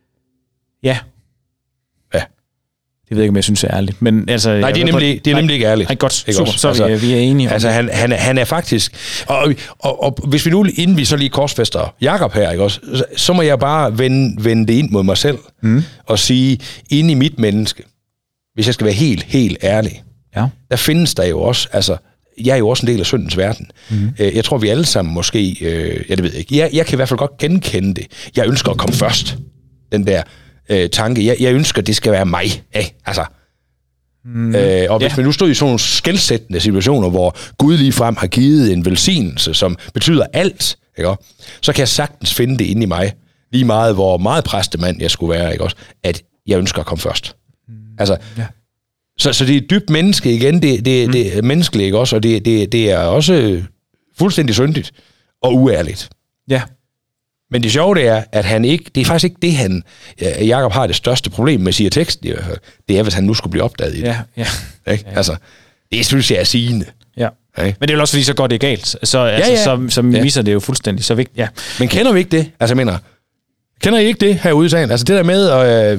Ja. Jeg ved ikke, om jeg synes det er ærligt. Men altså, nej, det er nemlig, det er nemlig ikke ærligt. Nej, godt, ikke super, så altså, vi, vi er enige om altså, han, han, han er faktisk... Og, og, og hvis vi nu, inden vi så lige korsfester Jakob her, ikke også, så, så må jeg bare vende, vende det ind mod mig selv, mm. og sige, inde i mit menneske, hvis jeg skal være helt, helt ærlig, ja. Der findes der jo også... Altså, jeg er jo også en del af syndens verden. Mm. Jeg tror, vi alle sammen måske... Øh, ja, det ved jeg ikke. Jeg, jeg kan i hvert fald godt genkende det. Jeg ønsker at komme først. Den der... Øh, tanke. Jeg, jeg ønsker, det skal være mig. Eh, altså. mm, øh, og hvis ja. man nu stod i sådan nogle skelsættende situationer, hvor Gud ligefrem har givet en velsignelse, som betyder alt, ikke? Så kan jeg sagtens finde det inde i mig, lige meget, hvor meget præstemand jeg skulle være, ikke? At jeg ønsker at komme først. Mm, altså, ja. så, så det er et dybt menneske igen, det, det, mm. det er menneskeligt, ikke også? Og det, det, det er også fuldstændig syndigt og uærligt. Ja. Men det sjove det er, at han ikke, det er faktisk ikke det, han, Jakob har det største problem med, siger teksten i hvert fald. Det er, hvis han nu skulle blive opdaget i det. Ja, ja. Ikke? Ja. Altså, det synes jeg er sigende. Ja. Okay. Men det er jo også fordi, så går det galt. Så, ja, altså, ja. så, så misser ja. det jo fuldstændig. Så vigtigt, ja. Men kender vi ikke det? Altså, jeg mener, kender I ikke det herude i sagen? Altså, det der med, øh,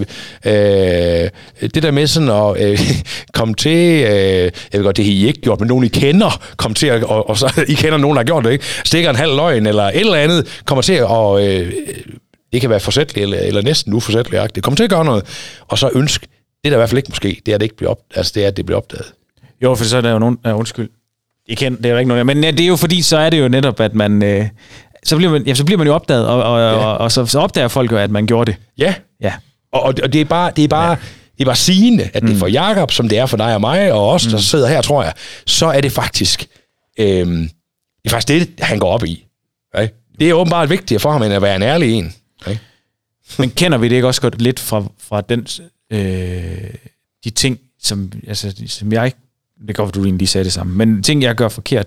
øh, det der med sådan at øh, komme til, øh, jeg ved godt, det har I ikke gjort, men nogen I kender, komme til at, og, og så I kender nogen, der har gjort det, ikke? Stikker en halv løgn, eller et eller andet, kommer til at, øh, det kan være forsætligt, eller, eller næsten uforsætligt, det kommer til at gøre noget, og så ønske, det der i hvert fald ikke måske, det er, det ikke bliver opdaget, altså det er, at det bliver opdaget. Jo, for så er der jo nogen, ja, undskyld, I kender, det er jo ikke noget, men ja, det er jo fordi, så er det jo netop, at man... Øh, Så bliver, man, ja, så bliver man jo opdaget, og, og, ja. og, og så, så opdager folk jo, at man gjorde det. Ja, ja. Og, og det er bare, det er bare, ja. det er bare sigende, at det er for Jakob, som det er for dig og mig, og os, mm. der sidder her, tror jeg, så er det faktisk, øhm, det er faktisk det, han går op i. Okay? Det er åbenbart vigtigt for ham, end at være en ærlig en. Okay? Men kender vi det ikke også godt lidt fra, fra den, øh, de ting, som, altså, som jeg, det går, at du egentlig sagde det samme, men ting, jeg gør forkert,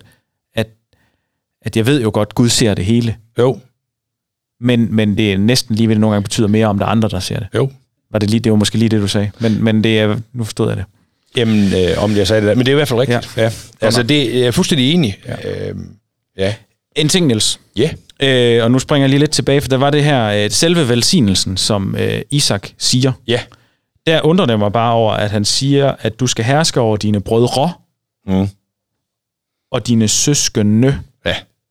at jeg ved jo godt, Gud ser det hele. Jo. Men, men det er næsten lige ved det nogle gange betyder mere, om der er andre, der ser det. Jo. Var det lige, det var måske lige det, du sagde. Men, men det er, nu forstod jeg det. Jamen, øh, om jeg sagde det der. Men det er i hvert fald rigtigt. Ja. Ja. Altså, det er jeg fuldstændig enig. Ja. Øhm, ja. En ting, Niels. Ja. Yeah. Øh, og nu springer jeg lige lidt tilbage, for der var det her, øh, selve velsignelsen, som øh, Isak siger. Ja. Yeah. Der undrer det mig bare over, at han siger, at du skal herske over dine brødre mm. og dine søskende. Ja.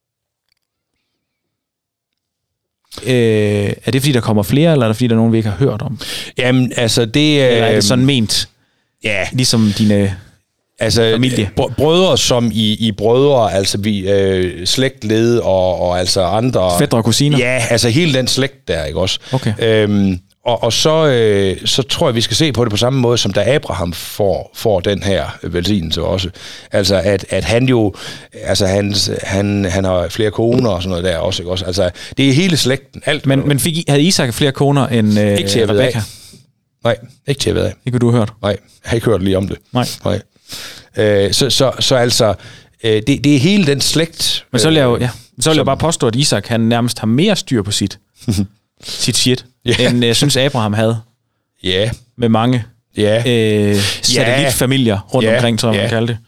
Øh, er det fordi, der kommer flere, eller er det fordi, der er nogen, vi ikke har hørt om? Jamen, altså det... Øh, eller er det sådan ment? Ja. Ligesom dine Altså, familie. Br- brødre som i, i brødre, altså vi øh, slægtled og, og altså andre... Fætre og kusiner? Ja, altså hele den slægt der, ikke også? Okay. Øhm, og, og så, øh, så tror jeg, vi skal se på det på samme måde, som da Abraham får, får den her velsignelse også. Altså, at, at han jo... Altså, han, han, han har flere koner og sådan noget der også, ikke også? Altså, det er hele slægten, alt. Men, men fik I, havde Isak flere koner end øh, ikke til at Rebekka? Nej, ikke til at vide af. Det kunne du have hørt? Nej, jeg har ikke hørt lige om det. Nej. Nej. Øh, så, så, så altså, øh, det, det er hele den slægt. Men så vil jeg jo, ja, så vil som, jeg bare påstå, at Isak han nærmest har mere styr på sit, sit shit, yeah. end jeg synes Abraham havde. Ja. Yeah. Med mange yeah. øh, satellitfamilier rundt yeah. omkring, tror jeg, yeah. man kalder det.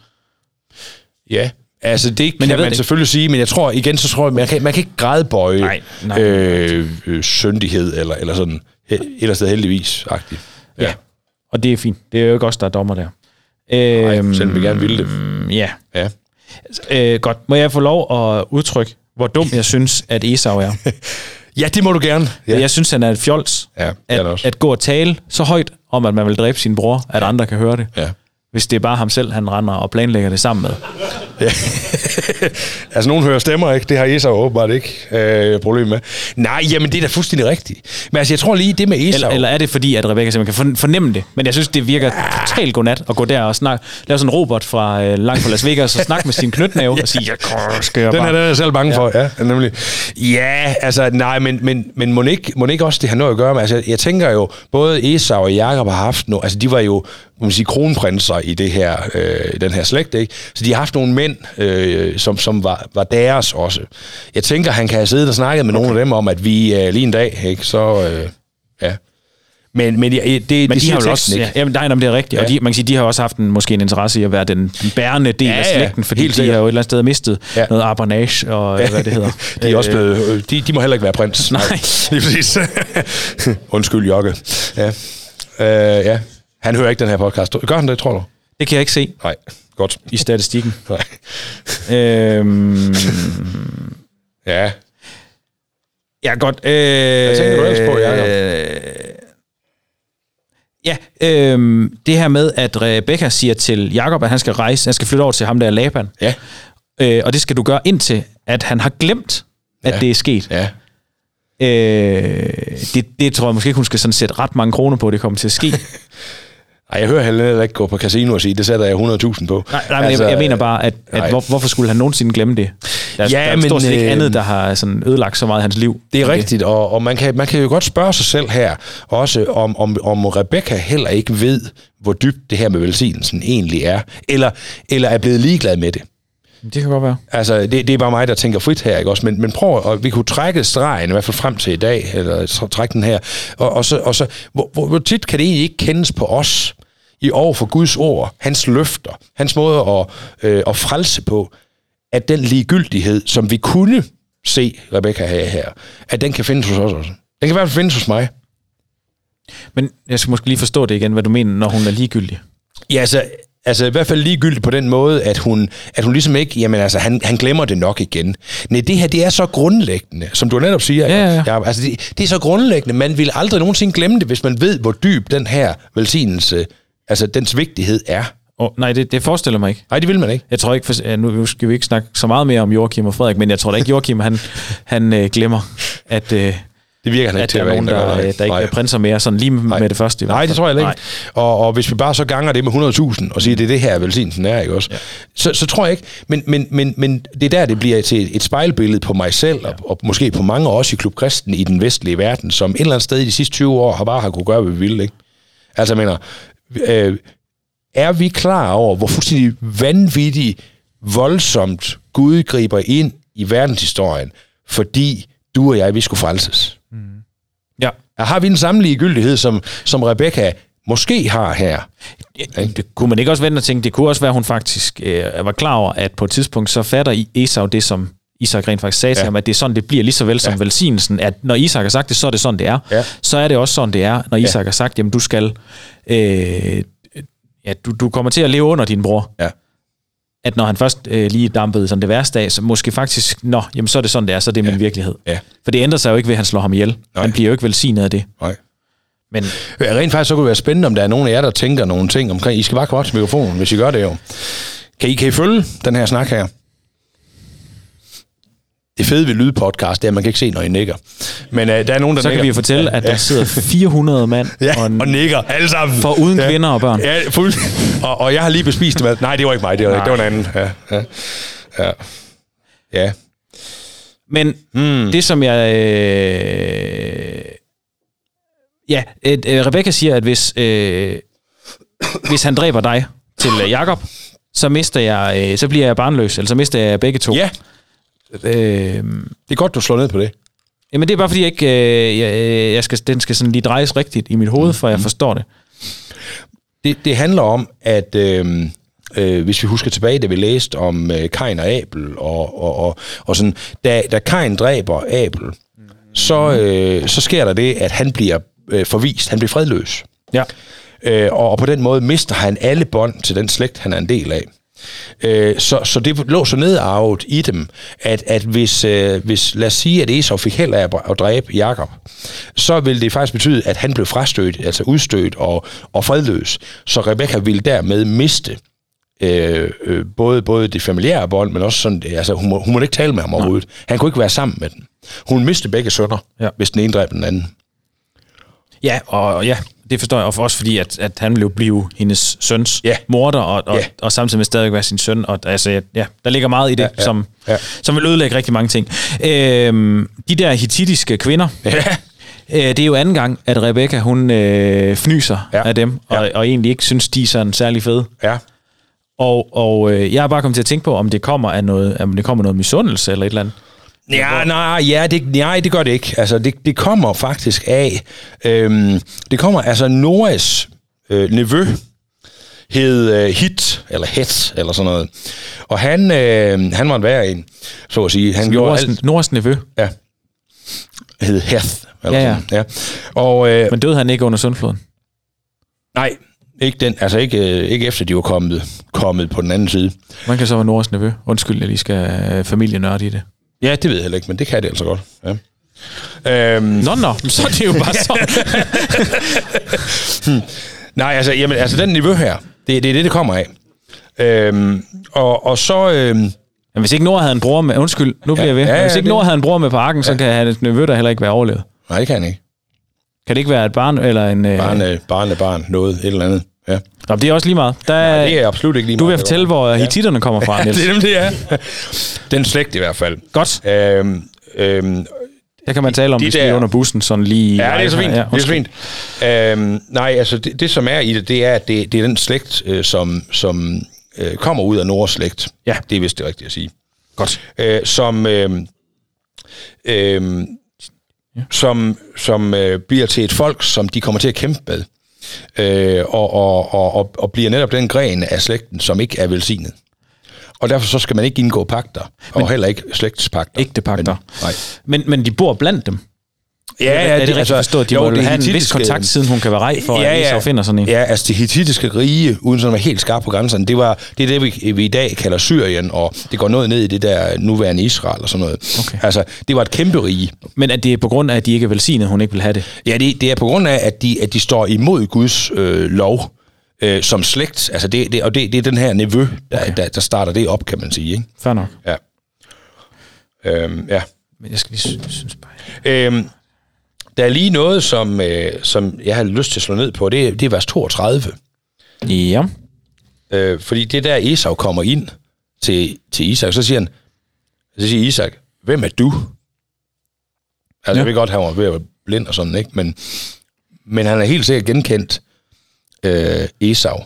Ja, altså det men kan man det. selvfølgelig sige, men jeg tror igen, så tror jeg, man kan, man kan ikke gradbøje nej, nej. Øh, øh, syndighed, eller, eller sådan, ellers det heldigvis-agtigt. Ja. ja, og det er fint. Det er jo ikke os, der er dommer der. Nej, øhm, selvom vi gerne vil det. Ja. ja. Øh, godt. Må jeg få lov at udtrykke, hvor dum jeg synes, at Esau er? Ja, det må du gerne. Ja. Jeg synes, han er et fjols. Ja, at, at gå og tale så højt om, at man vil dræbe sin bror, at andre kan høre det. Ja. Hvis det er bare ham selv, han render og planlægger det sammen med. Ja. Altså, nogen hører stemmer, ikke? Det har Esau åbenbart ikke øh, problem med. Nej, jamen, det er da fuldstændig rigtigt. Men altså, jeg tror lige, det med Esau... Eller, eller er det fordi, at Rebekka simpelthen kan fornemme det? Men jeg synes, det virker totalt godnat at gå der og snakke, lave sådan en robot fra øh, langt fra Las Vegas og snakke med sin knytnæve ja. og sige, jeg skal jeg den bare... Den er jeg selv bange ja. for, ja, nemlig. Ja, altså, nej, men, men, men må, ikke, må ikke også det har noget at gøre med... Altså, jeg, jeg tænker jo, både Esau og Jakob har haft noget... Altså, de var jo, må man sige, kronprinser i det her, øh, den her slægt, ikke? Så de har haft nogle mænd, øh, som, som var, var deres også. Jeg tænker, han kan have siddet og snakket med okay. nogle af dem om, at vi øh, lige en dag, ikke? Så, øh, ja. Men, men, det, det, men det de har jo også, ikke. Ja, jamen, nej, det er rigtigt. Ja. Og de, man kan sige, de har også haft en, måske en interesse i at være den bærende del ja, af slægten, fordi de har jo et eller andet sted mistet ja. noget apanage og ja. hvad det hedder. de er også blevet, de, de må heller ikke være prins. Nej. Lige præcis. Undskyld, Jokke. Ja. Øh, ja. Han hører ikke den her podcast. Gør han det, tror du? Det kan jeg ikke se. Nej, godt. I statistikken. Nej. øhm, ja. Ja, godt. Øh, Hvad tænker du ellers på, Jacob? Øh, ja, øh, det her med, at Rebekka siger til Jakob, at han skal rejse, han skal flytte over til ham der Laban. Ja. Øh, og det skal du gøre indtil, at han har glemt, at ja. det er sket. Ja. Øh, det, det tror jeg måske ikke, hun skal sådan sætte ret mange kroner på, at det kommer til at ske. Ej, jeg hører heller ikke gå på casino og sige, det sætter jeg hundrede tusind på. Nej, nej men altså, jeg, jeg mener bare, at, at hvor, hvorfor skulle han nogensinde glemme det? Der er, ja, der er men, stort set ikke øh, andet, der har sådan ødelagt så meget af hans liv. Det er rigtigt, det. og, og man, kan, man kan jo godt spørge sig selv her, også om, om, om Rebekka heller ikke ved, hvor dybt det her med velsignelsen egentlig er, eller, eller er blevet ligeglad med det. Det kan godt være. Altså, det, det er bare mig, der tænker frit her, ikke også? Men, men prøv, og vi kunne trække stregen, i hvert fald frem til i dag, eller trække den her, og, og så, og så hvor, hvor, hvor tit kan det egentlig ikke kendes på os, i over for Guds ord, hans løfter, hans måde at, øh, at frelse på, at den ligegyldighed, som vi kunne se Rebekka have her, at den kan findes hos os også. Den kan i hvert fald findes hos mig. Men jeg skal måske lige forstå det igen, hvad du mener, når hun er ligegyldig. Ja, altså, altså i hvert fald ligegyldigt på den måde, at hun, at hun ligesom ikke, jamen altså, han, han glemmer det nok igen. Nej, det her, det er så grundlæggende, som du netop siger. Ja, ja. Ja, altså, det, det er så grundlæggende, man vil aldrig nogensinde glemme det, hvis man ved, hvor dyb den her velsignelse, altså dens vigtighed er. Oh, nej, det, det forestiller mig ikke. Nej, det vil man ikke. Jeg tror ikke, for, nu skal vi ikke snakke så meget mere om Joachim og Frederik, men jeg tror da ikke, Joachim, han, han øh, glemmer, at, øh, det virker han at der er nogen, der, der, der ikke er prinser mere, sådan lige med, med det første. Nej, det tror jeg ikke. Og, og hvis vi bare så ganger det med hundrede tusind, og siger, at det er det her, velsignelsen er, ikke også? Ja. Så, så tror jeg ikke, men, men, men, men det er der, det bliver til et spejlbillede på mig selv, ja. og, og måske på mange også i Klub Kristen i den vestlige verden, som et eller andet sted i de sidste tyve år har bare har kunne gøre, hvad vi ville, ikke? Altså, jeg mener, øh, er vi klar over, hvor fuldstændig vanvittigt, voldsomt Gud griber ind i verdenshistorien, fordi du og jeg, vi skulle frelses? Mm. Ja. Har vi en samme ligegyldighed, som, som Rebekka måske har her? Ja, det kunne man ikke også vente og tænke, det kunne også være, at hun faktisk øh, var klar over, at på et tidspunkt, så fatter Esau det, som Isak rent faktisk sagde til ja. ham, at det er sådan, det bliver lige så vel som ja. velsignelsen, at når Isak har sagt det, så er det sådan, det er. Ja. Så er det også sådan, det er, når Isak ja. har sagt, jamen du skal... Øh, ja, du, du kommer til at leve under din bror. Ja. At når han først øh, lige dampede sådan det værste af, så måske faktisk, nå, jamen så er det sådan, det er, så er det ja. min virkelighed. Ja. For det ændrer sig jo ikke ved, at han slår ham ihjel. Nej. Han bliver jo ikke velsignet af det. Nej. Men rent faktisk så kunne det være spændende, om der er nogen af jer, der tænker nogle ting omkring. I skal bare komme op til mikrofonen, hvis I gør det jo. Kan I, kan I følge den her snak her? Det fede ved lydpodcast, det er, at man kan ikke se, når I nikker. Men uh, der er nogen, der så nikker. Kan vi fortælle, at der sidder fire hundrede mand ja, og, og nikker alle sammen. For uden ja. kvinder og børn. Ja, fuld. og, og jeg har lige bespist det. Nej, det var ikke mig, det var, det var en anden. Ja, ja. Ja. ja. Men mm. det, som jeg... Øh, ja, et, øh, Rebecca siger, at hvis, øh, hvis han dræber dig til øh, Jakob, så mister jeg, øh, så bliver jeg barnløs, eller så mister jeg begge to. Ja. Øh, det er godt, du slår ned på det. Jamen det er bare fordi, jeg ikke, øh, jeg, jeg skal, den skal sådan lige drejes rigtigt i mit hoved, for jeg forstår det. Det, det handler om, at øh, øh, hvis vi husker tilbage, da vi læste om øh, Kain og Abel, og, og, og, og sådan, da, da Kain dræber Abel, mm. så, øh, så sker der det, at han bliver øh, forvist, han bliver fredløs. Ja. Øh, og, og på den måde mister han alle bånd til den slægt, han er en del af. Øh, så, så det lå så nedarvet i dem, at, at hvis, øh, hvis, lad os sige, at Esau fik held af at, at dræbe Jakob, så ville det faktisk betyde, at han blev frastødt, altså udstødt og, og fredløs. Så Rebekka ville dermed miste øh, øh, både, både det familiære bånd, men også sådan, altså hun, må, hun måtte ikke tale med ham overhovedet. Ja. Han kunne ikke være sammen med den. Hun mistede begge sønner, ja. Hvis den ene dræb den anden. Ja, og ja, det forstår jeg også, fordi at, at han ville blive hendes søns ja. morder, og, og, ja. og samtidig med stadig være sin søn. Og, altså, ja, der ligger meget i det, ja, ja. Som, ja. som vil ødelægge rigtig mange ting. Øhm, de der hittitiske kvinder, ja. øh, det er jo anden gang, at Rebekka, hun øh, fnyser ja. af dem, og, ja. og egentlig ikke synes, de er sådan særlig fede. Ja. Og, og øh, jeg er bare kommet til at tænke på, om det kommer af noget, om det kommer noget misundelse eller et eller andet. Ja, nej, ja, det, nej, det gør det ikke. Altså, det, det kommer faktisk af... Øhm, det kommer... Altså, Noahs øh, nevø hed øh, Hit, eller Het, eller sådan noget. Og han, øh, han var en værre en, så at sige. Han så gjorde Noahs, alt... Noahs nevø? Ja. Hed Heth, eller ja, ja. sådan. Ja. Og, øh, Men døde han ikke under Sundfloden? Nej, ikke, den, altså ikke, ikke efter de var kommet, kommet på den anden side. Man kan så være Noahs nevø. Undskyld, jeg lige skal familienørde i det. Ja, det ved jeg heller ikke, men det kan det altså godt. Ja. Øhm. Nå, nå, så er det jo bare sådan. hmm. Nej, altså, jamen, altså den niveau her, det, det er det, det kommer af. Øhm, og, og så... Øhm. Men hvis ikke Noah havde en bror med... Undskyld, nu bliver ja, jeg ved. Ja, ja, hvis ikke det... Noah havde en bror med på arken, så ja. kan hans nevø der heller ikke være overlevet. Nej, det kan han ikke. Kan det ikke være et barn eller en... Barn, øh... barn er barn, noget, et eller andet. Ja. Nå, det er også lige meget. Der, Nej, det er absolut ikke lige meget. Du vil fortælle, hvor ja. Hittitterne kommer fra, Niels. Ja, det er dem, det er. Den slægt i hvert fald. Godt. Øhm, øhm, der kan man tale om, de hvis der... vi er under bussen sådan lige... Ja, det er så fint. Ja, det er så fint. Øhm, nej, altså det, det, som er i det, det er, at det, det er den slægt, øh, som, som øh, kommer ud af Noahs slægt. Ja. Det er vist det rigtige at sige. Godt. Øh, som... Øh, øh, ja. som, som øh, bliver til et folk, som de kommer til at kæmpe med. Øh, og, og, og, og bliver netop den gren af slægten, som ikke er velsignet. Og derfor så skal man ikke indgå pagter, men, og heller ikke slægtspagter. Ikke det pagter. Men, nej. Men, men de bor blandt dem. Ja, ja, er det, det rigtigt altså, forstået? De jo, må det have en vis kontakt, siden hun kan være rej for, ja, at Esau finder sådan en. Ja, altså det hittitiske rige, uden sådan at være helt skarp på grænserne, det, var, det er det, vi, vi i dag kalder Syrien, og det går noget ned i det der nuværende Israel og sådan noget. Okay. Altså, det var et kæmpe rige. Men at det er på grund af, at de ikke er velsignet, hun ikke vil have det? Ja, det, det er på grund af, at de, at de står imod Guds øh, lov øh, som slægt. Altså, det, det, og det, det er den her nevø, der, okay. der, der starter det op, kan man sige. Ikke? Fair nok. Ja. Øhm, ja. Men jeg skal lige synes, synes bare... Øhm, Der er lige noget, som, øh, som jeg har lyst til at slå ned på. Det, det er vers toogtredive. Ja. Øh, fordi det der Esau kommer ind til, til Isak, så siger han, så siger Isak, hvem er du? Altså, ja. Jeg ved godt, han var ved at være blind og sådan, ikke? Men, men han er helt sikkert genkendt øh, Esau.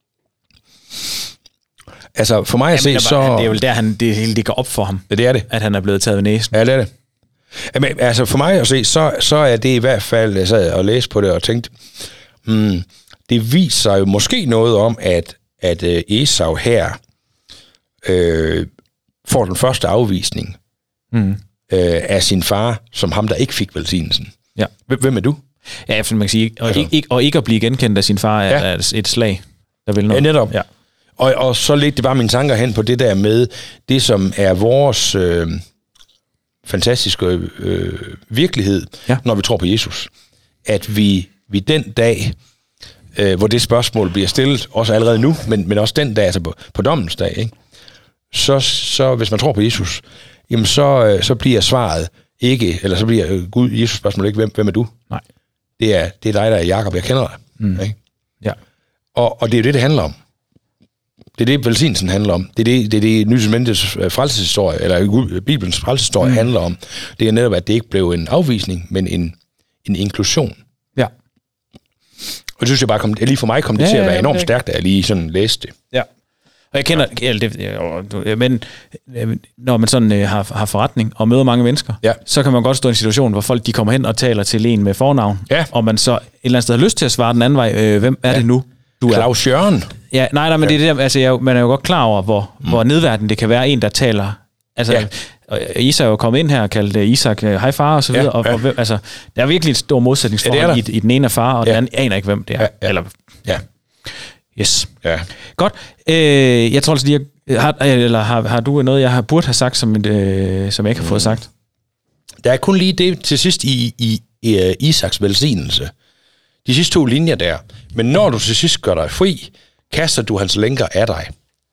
Altså, for mig at se, så... Det er jo der, han, det hele det går op for ham. Ja, det er det. At han er blevet taget ved næsen. Ja, det er det. Jamen, altså for mig at se, så, så er det i hvert fald, jeg sad og læste på det og tænkte, hmm, det viser jo måske noget om, at, at Esau her øh, får den første afvisning mm. øh, af sin far, som ham, der ikke fik velsignelsen. Ja. Hvem er du? Ja, for man kan sige, og, altså. ikke, og ikke at blive genkendt af sin far er ja. et slag, der vil noget. Ja, netop. Ja. Og, og så ledte det bare mine tanker hen på det der med, det som er vores... Øh, fantastiske øh, virkelighed, ja. Når vi tror på Jesus. At vi, vi den dag, øh, hvor det spørgsmål bliver stillet, også allerede nu, men, men også den dag, altså på, på dommens dag, ikke? Så, så hvis man tror på Jesus, jamen så, øh, så bliver svaret ikke, eller så bliver øh, Gud, Jesus spørgsmål ikke, hvem, hvem er du? Nej. Det er, det er dig, der er Jakob, jeg kender dig. Mm. Ikke? Ja. Og, og det er jo det, det handler om. Det er det, velsignelsen handler om. Det er det, det, er det Nye Testamentets frelseshistorie, eller Bibelens frelseshistorie mm. handler om. Det er netop, at det ikke blev en afvisning, men en, en inklusion. Ja. Og det synes jeg bare, kom, lige for mig kom det ja, til at være enormt ja, stærkt, at jeg lige sådan læste det. Ja. Og jeg kender, ja. det, men når man sådan øh, har, har forretning og møder mange mennesker, ja. så kan man godt stå i en situation, hvor folk de kommer hen og taler til en med fornavn, ja. og man så et eller andet sted har lyst til at svare den anden vej, øh, hvem er ja. det nu? Du er Claus Jørgen. Ja, nej, nej, men ja. det er det der, altså, jeg, man er jo godt klar over, hvor, mm. hvor nedværden det kan være en, der taler. Altså, ja. Isak er jo kommet ind her og kaldt Isak hej far og så videre, ja. og, og, altså, der er virkelig et stort modsætningsforhold ja, i, i den ene af far, og ja. den anden aner ikke, hvem det er. Ja. Ja. Eller, ja. Yes. Ja. Godt. Øh, jeg tror altså lige, har, eller har, har du noget, jeg har burde have sagt, som, øh, som jeg ikke har fået mm. sagt? Der er kun lige det til sidst i, i, i uh, Isaks velsignelse. De sidste to linjer der. Men når du til sidst gør dig fri, kaster du hans lænker af dig.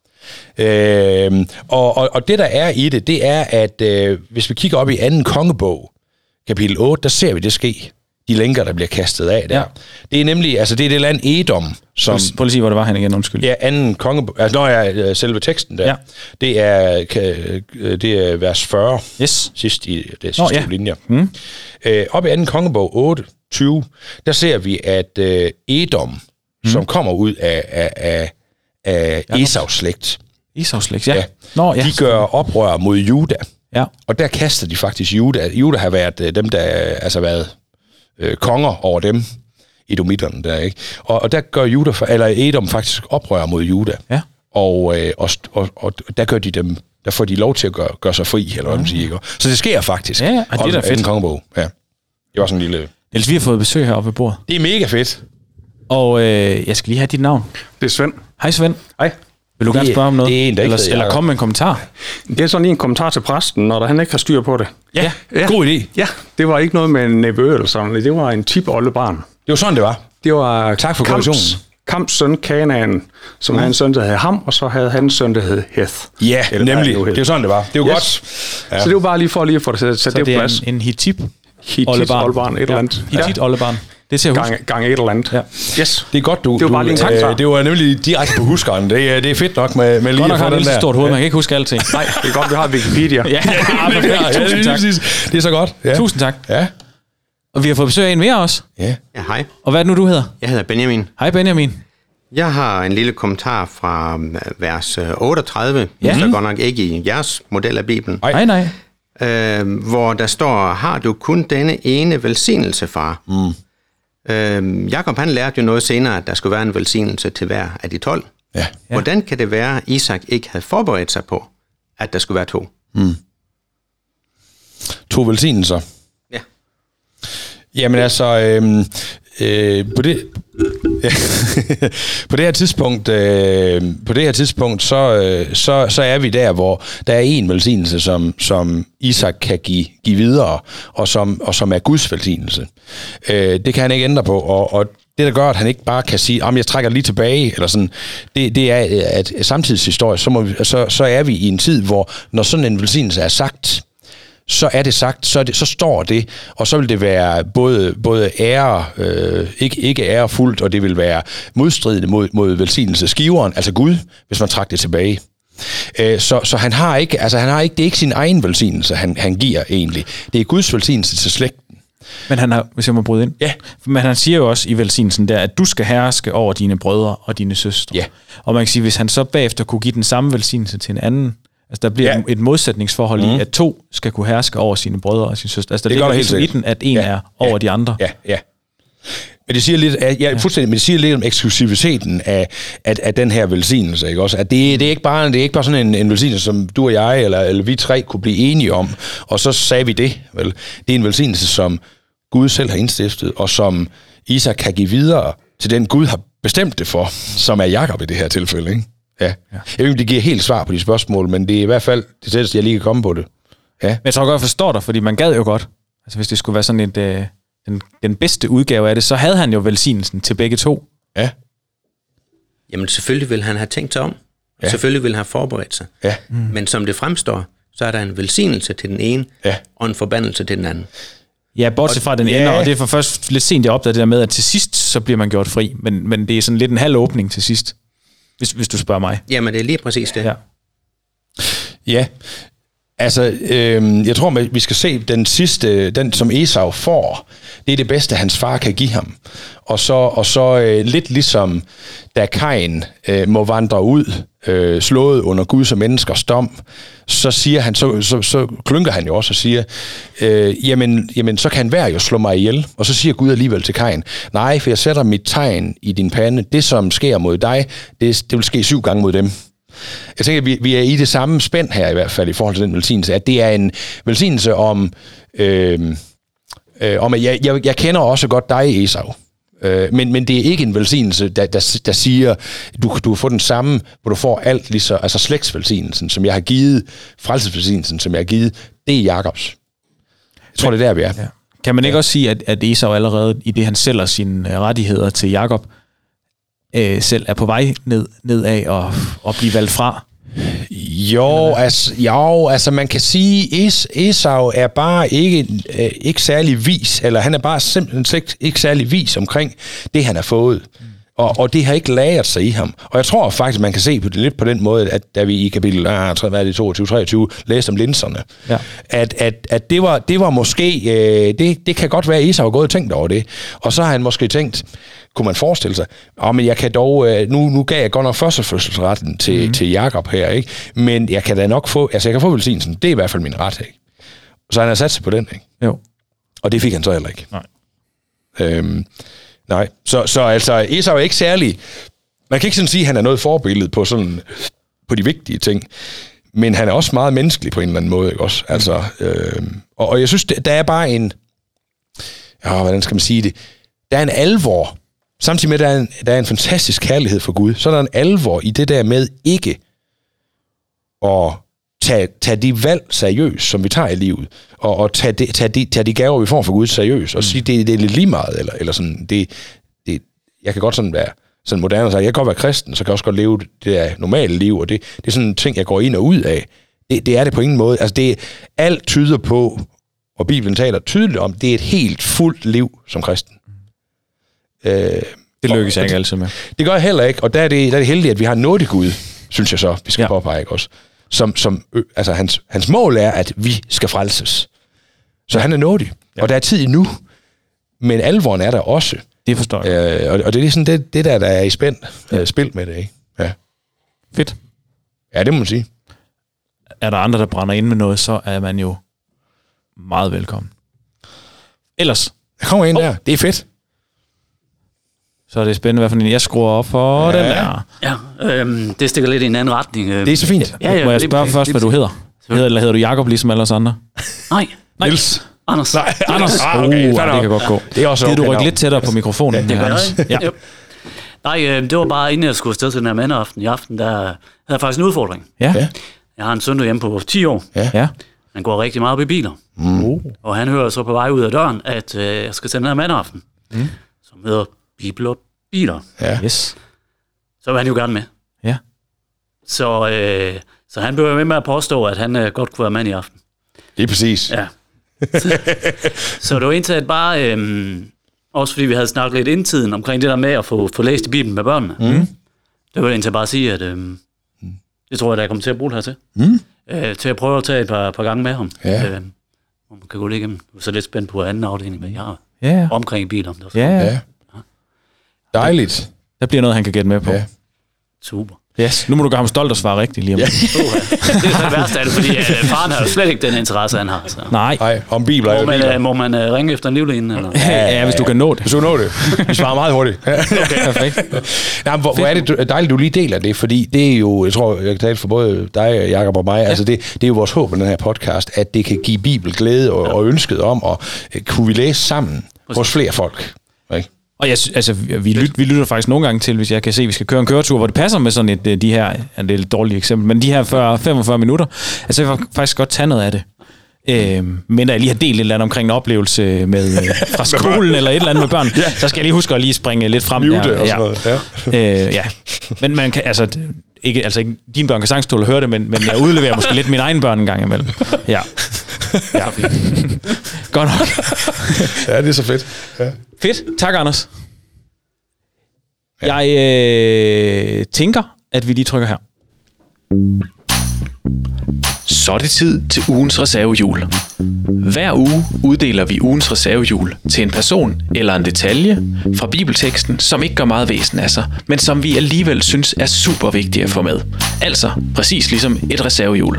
Øh, og, og, og det, der er i det, det er, at øh, hvis vi kigger op i anden kongebog, kapitel otte, der ser vi det ske. De lænker, der bliver kastet af der. Ja. Det er nemlig, altså det er det land Edom, som... Prøv lige sige, hvor det var hen igen, undskyld. Ja, anden kongebog, altså når jeg selve teksten der, ja. det, er, det er vers fyrre, yes. sidst i det sidste Nå, ja. linjer. Mm. Øh, op i anden kongebog otte tyve, der ser vi, at øh, Edom, mm. som kommer ud af, af, af, af Esaus slægt, Esaus slægt, ja. ja. Nå, ja. De gør oprør mod Juda. Ja. Og der kaster de faktisk Juda. Juda har været øh, dem, der altså været øh, konger over dem, edomitterne der, ikke? Og, og der gør Juda, eller Edom faktisk oprør mod Juda. Ja. Og, øh, og, og, og der gør de dem, der får de lov til at gøre, gøre sig fri, eller hvad man siger, ikke? Så det sker faktisk. Ja, ja. Og det er da fedt. Kongebog. Ja. Det var sådan en lille... Ellers vi har fået besøg heroppe ved bordet. Det er mega fedt. Og øh, jeg skal lige have dit navn. Det er Svend. Hej Svend. Hej. Vil du det, gerne spørge om noget? Det er en, der eller, ikke eller komme med en kommentar? Det er sådan lige en kommentar til præsten, når der, han ikke har styr på det. Ja, ja. God idé. Ja, det var ikke noget med en nevø eller sådan. Det var en tip-oldebarn. Det var sådan, det var. Det var tak for korrektionen. Kamps søn Kanaan, som mm. havde en søn, der hed Ham, og så havde han en søn, der hed Heth. Ja, eller, nemlig. Det var sådan, det var. Det var yes. godt. Ja. Så det var bare lige for lige at få det sat så det på plads. Så det er en, en hitip Hittit-oldebarn, et eller andet. Hittit-oldebarn. Det ser gang, gang et eller andet. Ja. Yes. Det er godt, du... Det var bare lige en tak. Øh, det var nemlig direkte på huskeren. Det er, det er fedt nok med, med lige godt at få den der. Stort hoved, man kan ikke huske alting. Nej, det er godt, vi har Wikipedia. ja, ja, ja, tusind tak. Det er så godt. Ja. Tusind tak. Ja. Og vi har fået besøg af en mere også. Ja. Ja, hej. Og hvad er det nu, du hedder? Jeg hedder Benjamin. Hej Benjamin. Jeg har en lille kommentar fra vers otteogtredive. Ja. Det er godt nok ikke i jeres model af Bibelen. Nej, nej. Øh, hvor der står, har du kun denne ene velsignelse, far? Mm. Øh, Jakob han lærte jo noget senere, at der skulle være en velsignelse til hver af de tolv. Ja. Hvordan kan det være, at Isak ikke havde forberedt sig på, at der skulle være to? Mm. To velsignelser? Ja. Jamen altså, øh, øh, på det... på det her tidspunkt, øh, på det her tidspunkt, så, øh, så, så er vi der, hvor der er en velsignelse, som, som Isak kan give, give videre, og som, og som er Guds velsignelse. Øh, det kan han ikke ændre på, og, og det, der gør, at han ikke bare kan sige, om jeg trækker lige tilbage, eller sådan, det, det er, at samtidshistorie, så, må vi, så, så er vi i en tid, hvor når sådan en velsignelse er sagt, så er det sagt, så, det, så står det, og så vil det være både, både ære, øh, ikke, ikke ærefuldt, og det vil være modstridende mod, mod velsignelsesgiveren, altså Gud, hvis man trækker det tilbage. Øh, så, så han har ikke, altså han har ikke, det er ikke sin egen velsignelse, han, han giver egentlig. Det er Guds velsignelse til slægten. Men han har, hvis jeg må bryde ind, ja. Men han siger jo også i velsignelsen der, at du skal herske over dine brødre og dine søstre. Ja. Og man kan sige, hvis han så bagefter kunne give den samme velsignelse til en anden, altså der bliver ja. et modsætningsforhold mm. i, at to skal kunne herske over sine brødre og sine søstre. Altså der ligger ligesom i den, at en ja. er over ja. de andre. Ja, ja. Men det siger lidt, at, ja, fuldstændig, men det siger lidt om eksklusiviteten af, af, af den her velsignelse, ikke også? At det, det er ikke bare, det er ikke bare sådan en, en velsignelse, som du og jeg, eller, eller vi tre kunne blive enige om, og så sagde vi det, vel? Det er en velsignelse, som Gud selv har indstiftet, og som Isak kan give videre til den Gud har bestemt det for, som er Jakob i det her tilfælde, ikke? Ja. ja. Jeg ved ikke, om det giver helt svar på de spørgsmål, men det er i hvert fald det tætteste, jeg lige kan komme på det. Ja. Men jeg tror godt, jeg forstår dig, fordi man gad jo godt, altså hvis det skulle være sådan et, øh, den, den bedste udgave af det, så havde han jo velsignelsen til begge to. Ja. Jamen selvfølgelig vil han have tænkt sig om. Ja. Selvfølgelig vil han have forberedt sig. Ja. Mm. Men som det fremstår, så er der en velsignelse til den ene, Ja. og en forbandelse til den anden. Ja, bortset fra den ja. ender, og det er for først lidt sent, jeg opdagede det der med, at til sidst, så bliver man gjort fri. Men, men det er sådan lidt en halv åbning til sidst, hvis, hvis du spørger mig. Jamen, det er lige præcis det. Ja. Ja, altså, øh, jeg tror, vi skal se den sidste, den som Esau får, det er det bedste, hans far kan give ham. Og så, og så øh, lidt ligesom, da Kain øh, må vandre ud, øh, slået under Guds og menneskers dom, så siger han, så, så, så klynker han jo også og siger, øh, jamen, jamen, så kan hver jo slå mig ihjel. Og så siger Gud alligevel til Kain, nej, for jeg sætter mit tegn i din pande. Det, som sker mod dig, det, det vil ske syv gange mod dem. Jeg tænker, at vi, vi er i det samme spænd her i hvert fald i forhold til den velsignelse, at det er en velsignelse om, øh, øh, om at jeg, jeg, jeg kender også godt dig, Esau, øh, men, men det er ikke en velsignelse, der, der, der siger, du, du får den samme, hvor du får alt, lige så, altså slægtsvelsignelsen, som jeg har givet, frelsesvelsignelsen, som jeg har givet, det er Jakobs. Jeg tror, det er der, vi er. Ja. Kan man ikke ja. også sige, at, at Esau allerede, i det han sælger sine rettigheder til Jakob, øh, selv er på vej ned, nedad og, og blive valgt fra? Jo, altså, jo, altså man kan sige, Es, Esau er bare ikke, øh, ikke særlig vis, eller han er bare simpelthen ikke særlig vis omkring det, han har fået. Mm. Og, og det har ikke lagret sig i ham. Og jeg tror faktisk, man kan se på det lidt på den måde, at da vi i kapitel ah, hvad er det, toogtyve treogtyve læste om linserne, ja. at, at, at det, var, det var måske, øh, det, det kan godt være, at Esau har gået og tænkt over det. Og så har han måske tænkt, kunne man forestille sig, oh, men jeg kan dog, øh, nu, nu gav jeg godt nok førstefødselsretten til, mm. til Jakob her, ikke? Men jeg kan da nok få, altså jeg kan få velsignelsen, det er i hvert fald min ret, ikke? Så han har sat sig på den, ikke? Jo. Og det fik han så heller ikke. Nej. Øhm, Nej, så, så altså, Esau er ikke særlig, man kan ikke sådan sige, at han er noget forbillede på, sådan, på de vigtige ting, men han er også meget menneskelig på en eller anden måde, ikke også? Altså, øh, og, og jeg synes, der er bare en, ja, hvordan skal man sige det, der er en alvor, samtidig med, at der er en, der er en fantastisk kærlighed for Gud, så er der en alvor i det der med ikke at tage, tage de valg seriøst, som vi tager i livet, og, og tage, de, tage, de, tage de gaver, vi får fra Gud, seriøst, og sige, det, det er lidt lige meget, eller, eller sådan, det, det, jeg kan godt sådan være sådan moderne og sige, jeg kan godt være kristen, så kan jeg også godt leve det der normale liv, og det, det er sådan en ting, jeg går ind og ud af. Det, det er det på ingen måde. Altså, det alt tyder på, og Bibelen taler tydeligt om, det er et helt fuldt liv som kristen. Øh, det lykkes jeg ikke altid med. Det gør jeg heller ikke, og der er det, der er det heldigt, at vi har noget Gud, synes jeg så, vi skal ja. påpege også. Som, som, altså hans, hans mål er, at vi skal frelses. Så han er nådig, ja. Og der er tid endnu, men alvoren er der også. Det forstår jeg. Øh, og, og det er sådan det, det der, der er i spænd, ja. øh, spil med det, ikke? Ja. Fedt. Ja, det må man sige. Er der andre, der brænder ind med noget, så er man jo meget velkommen. Ellers. Der kommer en oh. der. Det er fedt. Så er det spændende, hvad for en jeg skruer op for ja. den der. Ja, øhm, det stikker lidt i en anden retning. Det er så fint. Ja, ja, må jeg spørge det, først, det, hvad du hedder? Hedder, eller hedder du Jakob ligesom alle os andre? Nej. Nej. Niels. Anders. Nej, Anders. Ah, okay. Uh, det kan godt gå. Det er også okay. Okay, du rykke lidt tættere på mikrofonen. Det gør jeg. Ja. Yep. Nej, øh, det var bare inden jeg skulle afsted til den her mandeaften i aften, der havde jeg faktisk en udfordring. Ja. Ja. Jeg har en søn hjemme på ti år. Ja. Ja. Han går rigtig meget op i biler. Mm. Og han hører så på vej ud af døren, at øh, jeg skal til den her mandeaften, mm. som hedder Bibler og biler. Ja. Yes. Så var han jo gerne med. Ja. Så, øh, så han blev ved med at påstå, at han øh, godt kunne være mand i aften. Det er præcis. Ja. Så, så det var indtil at bare, øh, også fordi vi havde snakket lidt indtiden omkring det der med at få, få læst i Bibelen med børnene. Mm. Det var indtil bare at sige, at øh, det tror jeg, der er kommet til at bruge det her til. Mm. Øh, til at prøve at tage et par, par gange med ham. Ja. Øh, man kan gå lidt igennem. Jeg er så lidt spændt på anden afdeling, hvad jeg har ja. omkring biler. Ja. Ja. Dejligt. Der bliver noget, han kan gætte med på. Ja. Super. Yes. Nu må du gøre ham stolt og svare rigtigt lige om. Ja. Uh, det er så værst af det, fordi uh, faren har jo slet ikke den interesse, han har. Så. Nej. Nej, om bibler. Må man, uh, må man uh, ringe efter en livlæne? Eller? Ja, ja, ja, hvis du kan nå det. Hvis du kan nå det. Vi svarer meget hurtigt. Okay, perfekt. Ja, hvor, hvor er det dejligt, du lige deler det, fordi det er jo, jeg tror, jeg kan tale for både dig, Jakob og mig, ja. Altså det, det er jo vores håb med den her podcast, at det kan give Bibel glæde og, ja. og ønsket om, og uh, kunne vi læse sammen hos flere folk, ikke? Og jeg, altså, vi, lyt, vi lytter faktisk nogle gange til, hvis jeg kan se, at vi skal køre en køretur, hvor det passer med sådan et, de her, det er et dårligt eksempel, men de her fyrre til femogfyrre minutter, altså jeg kan faktisk godt tage noget af det. Øh, men jeg lige har delt et eller andet omkring en oplevelse med, øh, fra skolen eller et eller andet med børn, ja. Så skal jeg lige huske at lige springe lidt frem Mute der. Og sådan noget. Ja. Øh, ja. Men man kan, altså, ikke, altså ikke, dine børn kan sagtens tåle at høre det, men, men jeg udleverer måske lidt mine egne børn en gang imellem. Ja. Ja. Godt nok. Ja, det er så fedt. Ja. Fedt. Tak, Anders. Ja. Jeg øh, tænker, at vi lige trykker her. Så er det tid til ugens reservehjul. Hver uge uddeler vi ugens reservehjul til en person eller en detalje fra bibelteksten, som ikke gør meget væsen af sig, men som vi alligevel synes er super vigtige at få med. Altså præcis ligesom et reservehjul.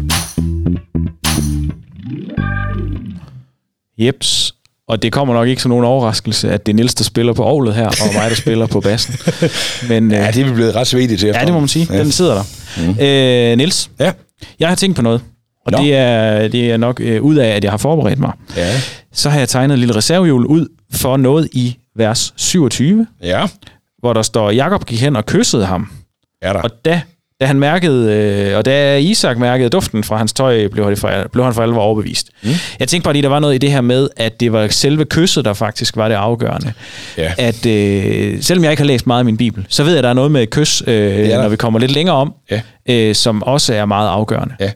Jeps. Og det kommer nok ikke som nogen overraskelse, at det er Niels, der spiller på orglet her, og mig, der spiller på bassen. Men, ja, det er vi blevet ret svedige til. Ja, det må man sige. Ja. Den sidder der. Mm. Øh, Niels, ja. Jeg har tænkt på noget. Og det er, det er nok øh, ud af, at jeg har forberedt mig. Ja. Så har jeg tegnet et lille reservehjul ud for noget i vers syvogtyve, ja. hvor der står, Jakob gik hen og kyssede ham. Ja, der. Og da, da han mærkede, øh, og da Isak mærkede duften fra hans tøj, blev han for, blev han for alvor overbevist. Mm. Jeg tænkte bare lige, der var noget i det her med, at det var selve kysset, der faktisk var det afgørende. Ja. At øh, selvom jeg ikke har læst meget af min bibel, så ved jeg, at der er noget med kys, øh, når vi kommer lidt længere om, ja. øh, som også er meget afgørende. Ja.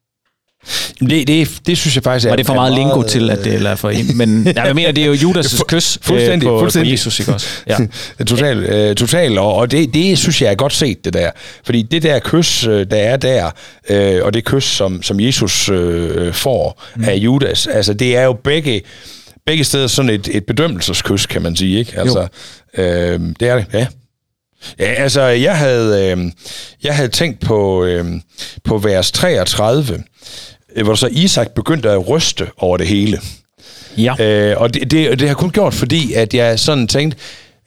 Det, det, det synes jeg faktisk er... Var det for meget, meget lingo til, at det eller for en? Men ja, jeg mener, det er jo Judas' kys fuldstændig, på, fuldstændig. på Jesus, ikke også? Ja. Total, øh, total, og, og det, det synes jeg er godt set, det der. Fordi det der kys, der er der, øh, og det kys, som, som Jesus øh, får mm. af Judas, altså det er jo begge, begge steder sådan et, et bedømmelseskys, kan man sige, ikke? Altså, øh, det er det, ja. Ja, altså, jeg havde, øh, jeg havde tænkt på, øh, på vers treogtredive, hvor så Isak begyndte at ryste over det hele. Ja. Øh, og det, det, det har kun gjort, fordi at jeg sådan tænkte,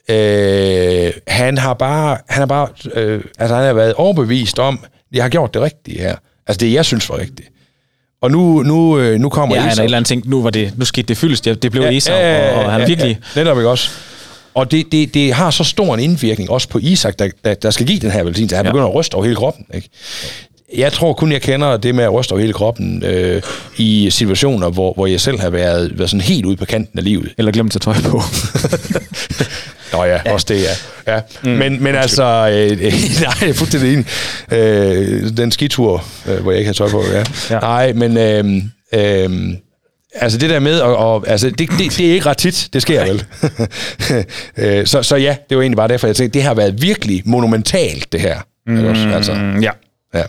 øh, han har bare, han har bare, øh, altså han har været overbevist om, at jeg har gjort det rigtige her. Altså det, jeg synes var rigtigt. Og nu, nu, nu kommer ja, Isak. Ja, han har et eller andet tænkt, nu var det, nu skete det fyldest, det blev ja, Isak, og, og han ja, virkelig... Ja, netop ikke også. Og det, det, det har så stor en indvirkning også på Isak, der, der, der skal give den her velsignelse. Han ja. begynder at ryste over hele kroppen, ikke? Jeg tror kun, jeg kender det med at ryste over hele kroppen øh, i situationer, hvor, hvor jeg selv har været, været sådan helt ude på kanten af livet. Eller glemt at tage tøj på. Nå ja, ja, også det, ja. ja. Mm. Men, men altså, øh, nej, jeg er fuldstændig enig. Øh, den skitur, øh, hvor jeg ikke har tøj på, ja. ja. Nej, men... Øh, øh, Altså det der med, og, og, altså det, det, det er ikke ret tit, det sker vel. så, så ja, det var egentlig bare derfor, jeg tænkte, det har været virkelig monumentalt, det her. Mm, også, altså. Ja. Ja.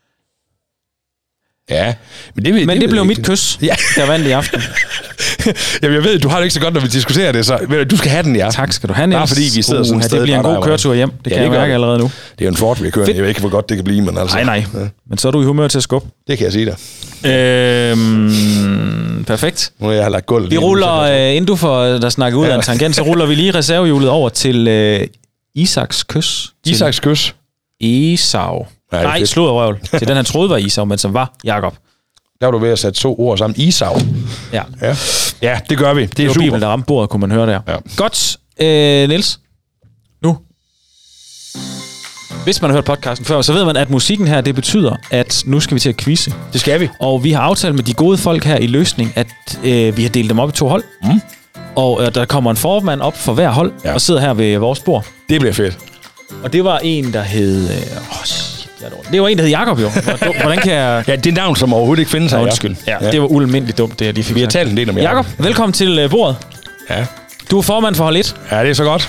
Ja, men det, men det, det blev ikke. mit kys, ja. jeg vandt i aften. Jamen jeg ved, du har det ikke så godt, når vi diskuterer det, så du skal have den, ja. Tak skal du have, Niels. Bare fordi vi sidder uh, sådan et sted. Det bliver en god køretur hjem, det ja, kan det jeg mærke allerede nu. Det er jo en Ford, vi kører. Jeg ved ikke, hvor godt det kan blive, men altså. Nej, nej, ja. Men så er du i humør til at skubbe. Det kan jeg sige dig. Øhm, perfekt. Nu jeg har lagt gulv. Vi ruller, øh, inden du får der snakker ud ja. af en tangent, så ruller vi lige reservehjulet over til øh, Isaks kys. Isaks kys? Esau. Nej, nej slået røvl. Til den han troede var Esau, men som var Jakob. Der var du ved at sætte to ord sammen. Isau. Ja. Ja, ja det gør vi. Det, det er super. Bibelen, der ramte bordet, kunne man høre der. Ja. Godt. Øh, Niels. Nu. Hvis man har hørt podcasten før, så ved man, at musikken her, det betyder, at nu skal vi til at quizze. Det skal vi. Og vi har aftalt med de gode folk her i løsning, at øh, vi har delt dem op i to hold. Mm. Og øh, der kommer en formand op for hver hold, ja. og sidder her ved vores bord. Det bliver fedt. Og det var en, der hed... Øh, oh, det var en, der hed Jakob jo. Hvordan kan jeg... Ja, det er navn, som overhovedet ikke findes her. Undskyld. Ja, ja. Det var ualmindeligt dumt, det jeg lige fik. Vi har talt en del om Jakob. Jakob, velkommen til uh, bordet. Ja. Du er formand for hold et. Ja, det er så godt.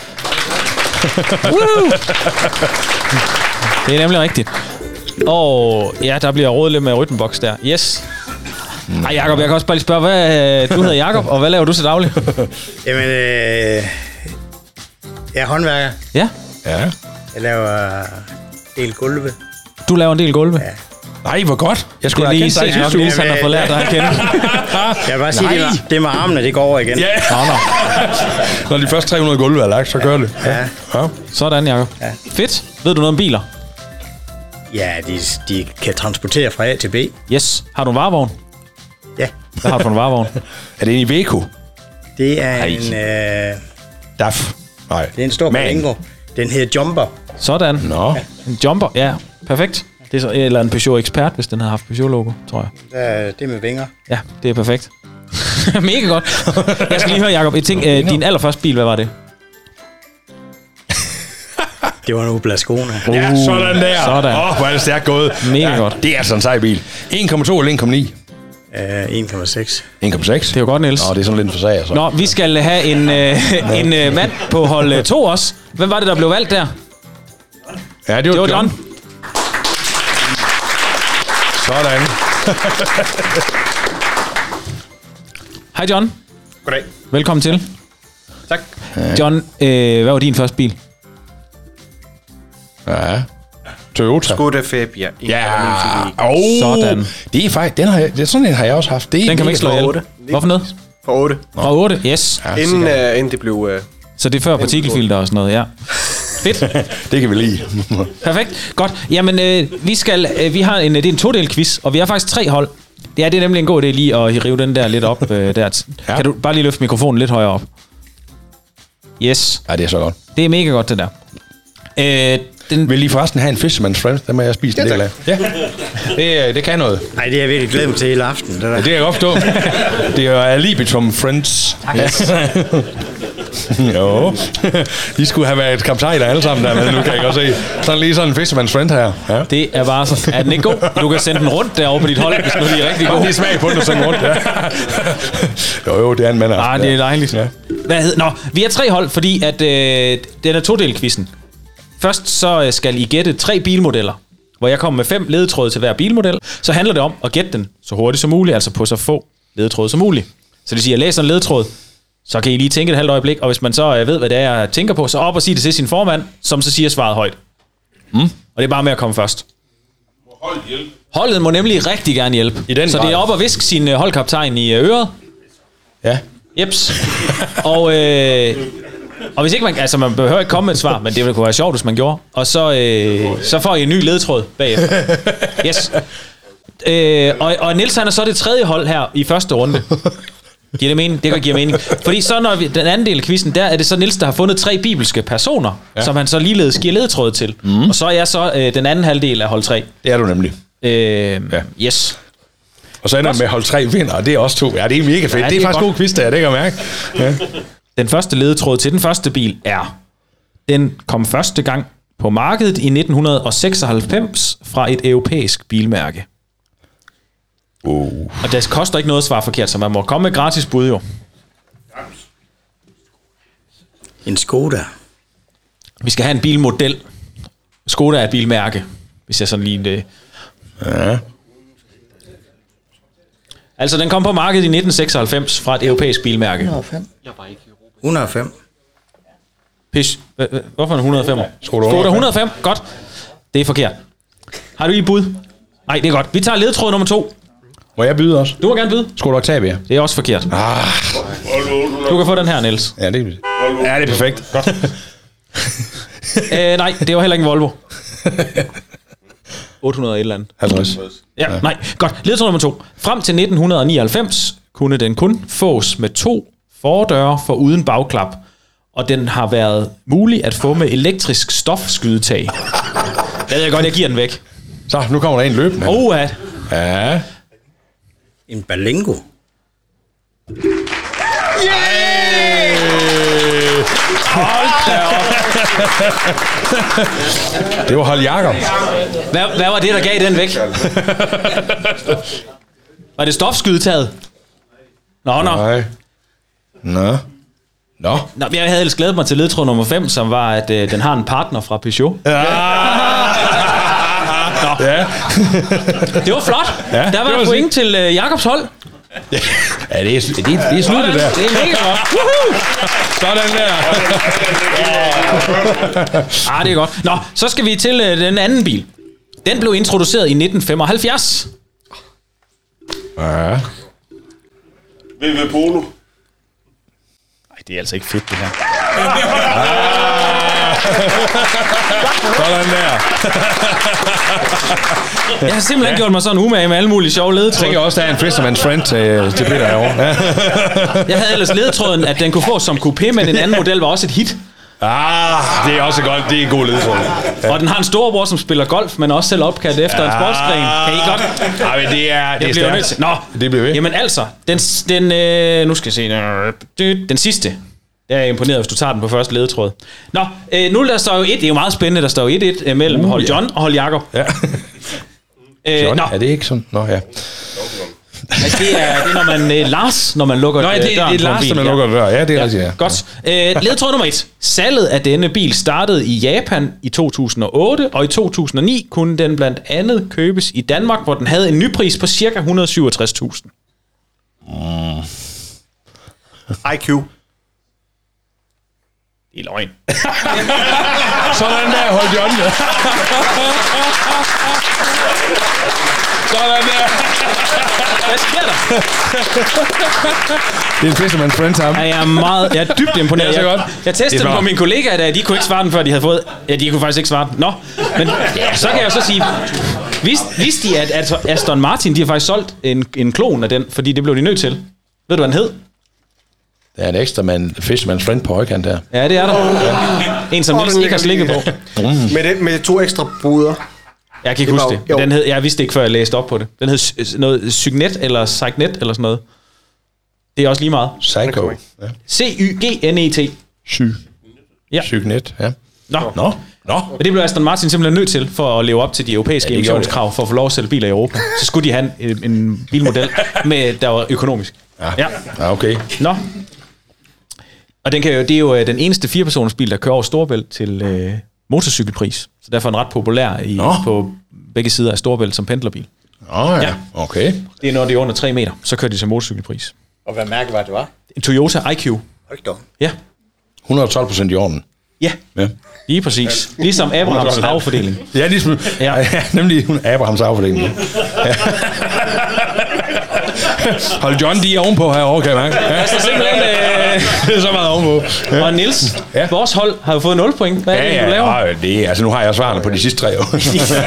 Det er nemlig rigtigt. Og ja, der bliver rådet lidt med rytmeboks der. Yes. Mm. Ej, Jakob, jeg kan også bare lige spørge, hvad, du hedder Jakob, og hvad laver du til daglig? Jamen, øh, jeg er håndværker. Ja. Ja. Jeg laver en del gulve. Du laver en del gulve? Ja. Nej, hvor godt. Jeg skulle have kendt dig i sidste uge. Han har fået lært dig at kende. Jeg vil bare sige, det, det med armene, det går over igen. Ja. Nå, nå. Når de første tre hundrede gulve er lagt, så gør det. Ja. Ja. Sådan, Jakob. Ja. Fedt. Ved du noget om biler? Ja, de, de kan transportere fra A til B. Yes. Har du en varevogn? Ja. Hvad har du for en varevogn? Er det en Iveco? Det er Ej. en... Øh, D A F. Nej. Det er en stor Berlingo. Den hedder Jumper. Sådan. Nå. Ja. En Jumper, ja. Perfekt. Det er så, eller en Peugeot Expert, hvis den havde haft Peugeot-logo, tror jeg. Det er med vinger. Ja, det er perfekt. Mega godt. Jeg skal lige høre, Jacob, et ting. Øh, din allerførste bil, hvad var det? Det var en Opel Ascona. Uh, ja, sådan der. Sådan. Åh, oh, hvor er det stærkt gået. Mega ja, godt. Det er altså en sej bil. en komma to eller en komma ni? Uh, en komma seks. en komma seks? Det er jo godt, Niels. Nå, det er sådan lidt for sag, altså. Nå, vi skal have en, øh, en øh, mand på hold to også. Hvem var det, der blev valgt der? Ja, det var, det var John. John. Sådan. Hej John. Goddag. Velkommen til. Tak. John, øh, hvad var din første bil? Ja. Toyota. Skoda Fabia. Ja. Oh, sådan. Det er faktisk, den har jeg, det er sådan en har jeg også haft. Det er den kan man ikke slå ihjel. Hvorfor noget? For otte. For otte, yes. Ja, inden, uh, inden det blev... Uh, Så det er før partikelfilter og sådan noget, ja. Fedt. Det kan vi lide. Perfekt. Godt. Jamen, øh, vi skal, øh, vi har en, det er en todel quiz, og vi har faktisk tre hold. Ja, det er nemlig en god idé lige at rive den der lidt op. Øh, der. Ja. Kan du bare lige løfte mikrofonen lidt højere op? Yes. Ja, det er så godt. Det er mega godt, det der. Øh, den... Vil I forresten have en Fisherman's Friend? Den må jeg spise en del af. Ja, det, det kan noget. Nej, det er jeg virkelig glemt til hele aften. Det, der. Ja, det er jeg godt forstå. Det er alibitum friends. Yes. Jo. De skulle have været kaptajner alle sammen der, men nu kan jeg godt se. Sådan lige sådan en Fisherman's Friend her. Ja. Det er bare så. Er den ikke god? Du kan sende den rundt derovre på dit hold, hvis nu de er rigtig gode. Lige smag på den og sende rundt. Ja. Jo, jo, det er en mand. Ah, det er dejligt. Ja. Hvad hed? Nå, vi har tre hold, fordi at øh, den er todel-quizzen. Først så skal I gætte tre bilmodeller, hvor jeg kommer med fem ledetråde til hver bilmodel. Så handler det om at gætte den så hurtigt som muligt, altså på så få ledetråde som muligt. Så det siger, at jeg læser en ledetråd, så kan I lige tænke et halvt øjeblik, og hvis man så ved, hvad det er, jeg tænker på, så op og sige det til sin formand, som så siger svaret højt. Mm. Og det er bare med at komme først. Holdet hjælpe. Holdet må nemlig rigtig gerne hjælpe. I den så grad. Det er op og viske sin holdkaptajn i øret. Ja. Jeps. og... Øh, Og hvis ikke man, altså man behøver ikke komme med et svar, men det ville kunne være sjovt, hvis man gjorde. Og så, øh, så får I en ny ledetråd bagefter. Yes. Øh, og, og Niels han er så det tredje hold her i første runde. Giver det mening? Det kan give mening. Fordi så når vi, den anden del af quizzen, der er det så Niels, der har fundet tre bibelske personer, ja. Som han så ligeledes giver ledetråd til. Mm. Og så er jeg så øh, den anden halvdel af hold tre. Det er du nemlig. Øh, ja. Yes. Og så ender man med hold tre vinder, og det er også to. Ja, det er mega fedt. Ja, det, det er, er faktisk god quiz der, det kan jeg mærke. Ja. Den første ledetråd til den første bil er, den kom første gang på markedet i nitten seksoghalvfems fra et europæisk bilmærke. Uh. Og det koster ikke noget at svare forkert, så man må komme med gratis bud jo. En Skoda. Vi skal have en bilmodel. Skoda er et bilmærke, hvis jeg sådan lige... Det. Ja. Altså, den kom på markedet i nitten seksoghalvfems fra et europæisk bilmærke. et hundrede og fem. et hundrede og fem. Pish. Hvorfor en et hundrede og fem? Skoda et hundrede og fem. Godt. Det er forkert. Har du i bud? Nej, det er godt. Vi tager ledetråd nummer to. Må jeg byde også? Du må gerne byde. Skoda Octavia. Det er også forkert. Ah. Du kan få den her, Niels. Ja, det er, ja, det er perfekt. Godt. øh, nej, det var heller ikke en Volvo. otte hundrede et eller andet. halvtreds. Ja, ja, nej. Godt. Ledetråd nummer to. Frem til nitten nioghalvfems kunne den kun fås med to fordøre for uden bagklap, og den har været mulig at få med elektrisk stofskydetag. Jeg ved godt, jeg giver den væk. Så, nu kommer der en løbende. Oh, at. Ja. En Berlingo. Yeah! Hold da op. Det var hold Jacob. Hvad, hvad var det, der gav den væk? Var det stofskydetaget? Nå, nå. Nej. Nå. Nå. Nå, jeg havde ellers glædet mig til ledtråd nummer fem, som var, at øh, den har en partner fra Peugeot. Ja. Nå. Ja. Det var flot. Ja, der var point til øh, Jacobs hold. Ja, det er, det, det er sluttet der. Det er mega godt. Woohoo! Sådan der. Ah, det er godt. Nå, så skal vi til øh, den anden bil. Den blev introduceret i nitten femoghalvfjerds. Ja. V W Polo. Nej, det er altså ikke fedt, det her. Sådan der. Jeg har simpelthen gjort mig sådan umage med alle mulige sjove ledetråd. Jeg tænker også, der er en Fisherman's Friend til, til Peter herovre. Ja. Jeg havde ellers ledetråden, at den kunne få som coupé, men en anden model var også et hit. Ah, det er også godt. Det er en god ledtråd. Ja. Og den har en storebror, som spiller golf, men også selv opkaldt efter ah, en sportsgren. Kan I godt? Nej, men det er... Det, det bliver Nå, det bliver ved. Jamen altså, den, den, øh, nu skal jeg se, den sidste. Jeg er imponeret, hvis du tager den på første ledetråd. Nå, øh, nu der står jo et, det er jo meget spændende, der står jo et et øh, mellem uh, Hold John ja. og Hold Jakob. Ja. øh, John, er det ikke sådan? Nå, ja. Altså, det, er, det er, når man øh, Lars, når man lukker Nå, ja, det, døren det er Lars, når man lukker døren. Ja, det er ja. rigtigt, ja. Godt. Øh, ledetråd nummer et. Salget af denne bil startede i Japan i to tusind og otte, og i to tusind og ni kunne den blandt andet købes i Danmark, hvor den havde en nypris på ca. et hundrede og syvogtres tusind. Mm. I Q. Det er løgn. Sådan der, Hold John. Sådan der. Hvad sker der? Det er en Fisherman Friends ham. Jeg er meget, jeg er dybt imponeret. Jeg, jeg testede på mine kollegaer, da de kunne ikke svare den, før de havde fået... Ja, de kunne faktisk ikke svare den. Nå, men så kan jeg jo så sige... Vidste, vidste de, at Aston Martin, de har faktisk solgt en, en klon af den, fordi det blev de nødt til? Ved du, hvad den hed? Der er en ekstra man, Fisherman's Friend på højkant der. Ja, det er der. Ja. En, som Niels ikke har slikket på. Mm. Med, det, med to ekstra buder. Jeg kan ikke huske det. Den hed, jeg vidste ikke, før jeg læste op på det. Den hed noget Cygnet eller Cygnet eller sådan noget. Det er også lige meget. Psycho. Ja. C Y G N E T. Sy. Ja. Cygnet, ja. Nå. Nå. Nå. Men det blev Aston Martin simpelthen nødt til, for at leve op til de europæiske ja, emissionskrav, for at få lov at sælge biler i Europa. Så skulle de have en, en bilmodel, med, der var økonomisk. Ja, ja. Ja, okay. Nå. Og den kan jo, det er jo den eneste firepersoners bil, der kører over Storebælt til øh, motorcykelpris. Så derfor er den ret populær i, på begge sider af Storebælt som pendlerbil. Åh oh, ja. ja, okay. Det er når det er under tre meter, så kører de til motorcykelpris. Og hvad mærke var det var? En Toyota I Q. Hold da. Ja. et hundrede og tolv procent i orden. Ja. ja. Lige præcis. Ligesom Abrahams affordeling. Ja, ligesom, ja. ja, nemlig Abrahams affordeling. Ja. Hold John, de er ovenpå herovre, kan jeg mærke. Ja. Altså simpelthen... Øh... det er så meget ovenpå. Ja. Og Niels, ja. vores hold har jo fået nul point. Hvad er ja, det, ja, du laver? Ja, det, altså nu har jeg svarene på de sidste tre år.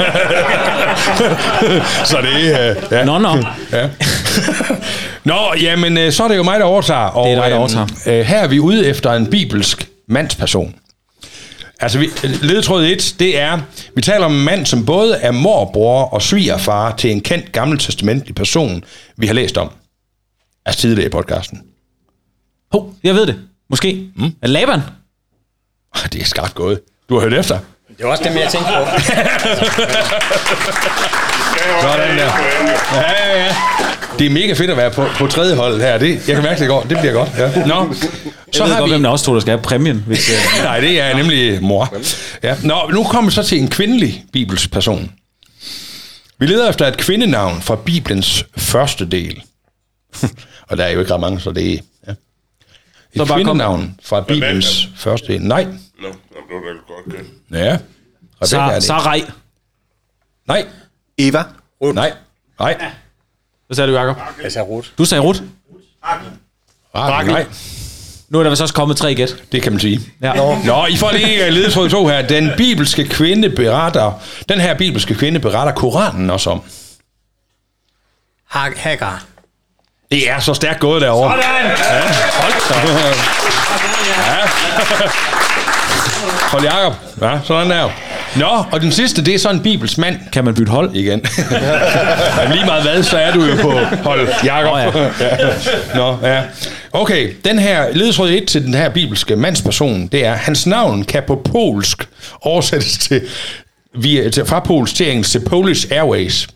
så det er... Uh, ja. Nå, nå. Ja. Nå, jamen, så er det jo mig, der overtager. Og, det er dig, der overtager. Øh, her er vi ude efter en bibelsk mandsperson. Altså, vi, ledetråd et, det er, vi taler om en mand, som både er morbror og svigerfar til en kendt gammeltestamentlig person, vi har læst om. Altså tidligere i podcasten. Hov, jeg ved det. Måske. Mm. Er Laban? Det er skarpt gået. Du har hørt efter. Det var også dem, jeg tænkte på. Sådan der. Ja, ja, ja. Det er mega fedt at være på, på tredje hold her. Det, jeg kan mærke, det går. Det bliver godt. Ja. Nå, så jeg ved har godt, vi... hvem der også tror, der skal have præmien. Hvis, uh... Nej, det er nemlig mor. Ja. Nå, nu kommer vi så til en kvindelig bibelsk person. Vi leder efter et kvindenavn fra Bibelens første del. Og der er jo ikke ret mange, så det er... Ja. Et kvindenavn kom... fra Bibelens første del. Nej. Nå, det var godt. Ja. Sa- Sarai. Nej. Eva. Ruth. Nej. Nej. Hvad sagde du, Jacob? Jeg sagde Ruth. Du sagde Ruth. Rakel. Nej. Nu er der vist også kommet tre gæt. Det kan man sige. Ja. Nå. Nå, I får lige ledetråd to her. Den bibelske kvinde beretter, den her bibelske kvinde beretter Koranen også om. Hagar. Det er så stærkt gået derovre. Sådan! Ja. Hold da. Ja. Hold Jacob. Ja, sådan der. Nå, og den sidste, det er så en bibels mand. Kan man bytte hold? Igen. Men lige meget hvad, så er du jo på hold Jacob. Nå, ja. Ja. Nå, ja. Okay, den her ledetråd et til den her bibelske mandsperson, det er, hans navn kan på polsk oversættes til, via, til fra polsk til engelsk til Polish Airways.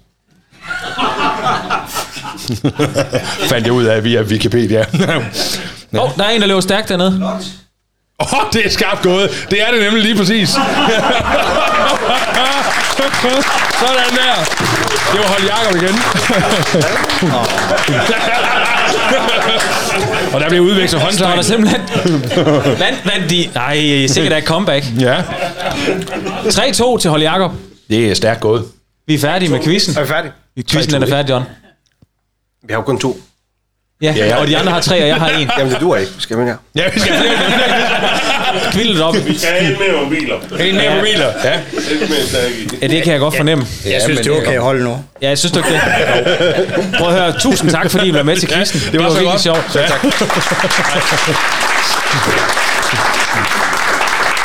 Fandt jeg ud af via Wikipedia. Åh, ja. oh, der er en, der løber stærkt dernede. Åh, oh, det er skarpt gået. Det er det nemlig lige præcis. Sådan der. Det var Hold Jakob igen. Og der blev udvekslet håndtegn. Der er simpelthen... Vand, vand de... Nej, sikkert er et comeback. Ja. tre to til Hold Jakob. Det er stærkt gået. Vi er færdige med quizzen. Er vi færdige? Quizzen er færdig, John. Vi har jo kun to. Ja, ja, ja, og de andre har tre, og jeg har en. Jamen, det duer ikke. Skal vi mere? Ja, vi skal flere. Kvildet op. Vi skal have en mere mobiler. En mere mobiler, ja. Ja, det kan jeg godt fornemme. Jeg ja, synes, det er okay at holde nu. Ja, jeg synes du ikke det. Prøv at høre. Tusind tak, fordi I var med til quizzen. Ja, det var, det var så virkelig sjovt. Ja. Tak.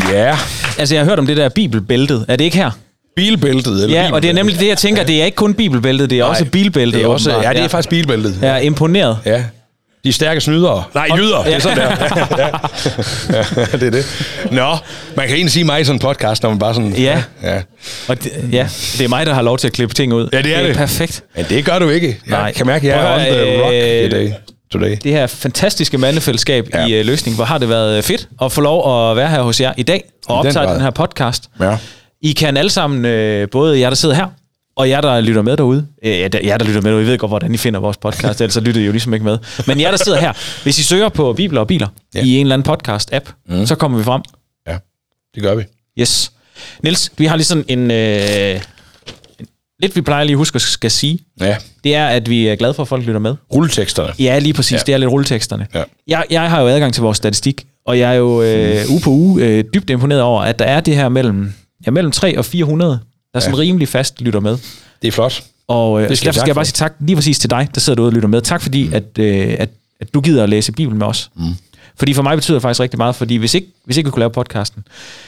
Ja. Altså, jeg har hørt om det der bibelbæltet. Er det ikke her? Bilbæltet, eller Ja, og det er nemlig det, jeg tænker. Det er ikke kun bibelbæltet, det er Nej, også bilbæltet. Det er også, ja, det er ja. faktisk bilbæltet. Jeg er imponeret. Ja. De stærke snydere. Nej, jyder. Det er sådan der. Ja. Ja, det er det. Nå, man kan egentlig sige mig i sådan en podcast, når man bare sådan... Ja. Ja. Og det, ja, det er mig, der har lov til at klippe ting ud. Ja, det er det. Det er perfekt. Men det gør du ikke. Jeg Nej. kan mærke, at jeg er on the rock i dag. Today. Det her fantastiske mandefællesskab ja. i uh, Løsning, hvor har det været fedt at få lov at være her hos jer i dag og optage den, den her podcast. Ja. I kan alle sammen, øh, både jer, der sidder her, og jer, der lytter med derude. Øh, jer, der lytter med derude, I ved godt, hvordan I finder vores podcast, ellers så lytter I jo ligesom ikke med. Men jer, der sidder her, hvis I søger på Bibler og Biler ja. i en eller anden podcast-app, mm. så kommer vi frem. Ja, det gør vi. Yes. Niels, vi har lige sådan en... Øh, lidt, vi plejer lige at huske at skal sige, ja. det er, at vi er glade for, at folk lytter med. Rulleteksterne. Ja, lige præcis. Ja. Det er lidt rulleteksterne. Ja. Jeg, jeg har jo adgang til vores statistik, og jeg er jo øh, uge på uge øh, dybt imponeret over, at der er det her mellem, ja, mellem tre og fire hundrede, der sådan ja. rimelig fast lytter med. Det er flot. Og øh, det skal derfor skal jeg bare sige tak lige præcis til dig, der sidder derude og lytter med. Tak fordi, mm. at, øh, at, at du gider at læse Bibelen med os. Mm. Fordi for mig betyder det faktisk rigtig meget, fordi hvis ikke, hvis ikke vi kunne lave podcasten,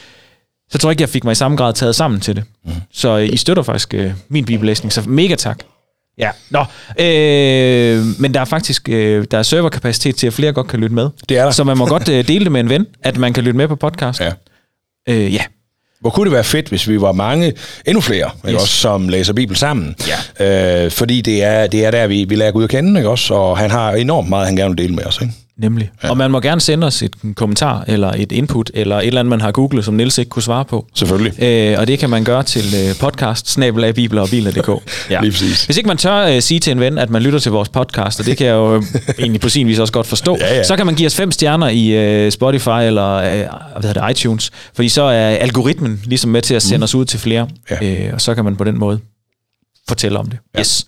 så tror jeg ikke, jeg fik mig i samme grad taget sammen til det. Mm. Så øh, I støtter faktisk øh, min bibellæsning, så mega tak. Ja, nå. Øh, men der er faktisk øh, der er serverkapacitet til, at flere godt kan lytte med. Det er der. Så man må godt øh, dele det med en ven, at man kan lytte med på podcast. Ja. Øh, ja. Hvor kunne det være fedt, hvis vi var mange, endnu flere, yes. ikke også, som læser Bibel sammen. Ja. Øh, fordi det er, det er der, vi, vi lærer Gud at kende, ikke også? Og han har enormt meget, han gerne vil dele med os, ikke? Nemlig. Ja. Og man må gerne sende os et kommentar, eller et input, eller et eller andet, man har googlet, som Niels ikke kunne svare på. Selvfølgelig. Øh, og det kan man gøre til øh, podcast snabel-a bibler og biler punktum d k. Ja. Lige præcis. Hvis ikke man tør øh, sige til en ven, at man lytter til vores podcast, og det kan jeg jo øh, egentlig på sin vis også godt forstå, ja, ja. Så kan man give os fem stjerner i øh, Spotify eller øh, hvad hedder det, iTunes, fordi så er algoritmen ligesom med til at sende mm. os ud til flere, ja. øh, og så kan man på den måde fortælle om det. Ja. Yes.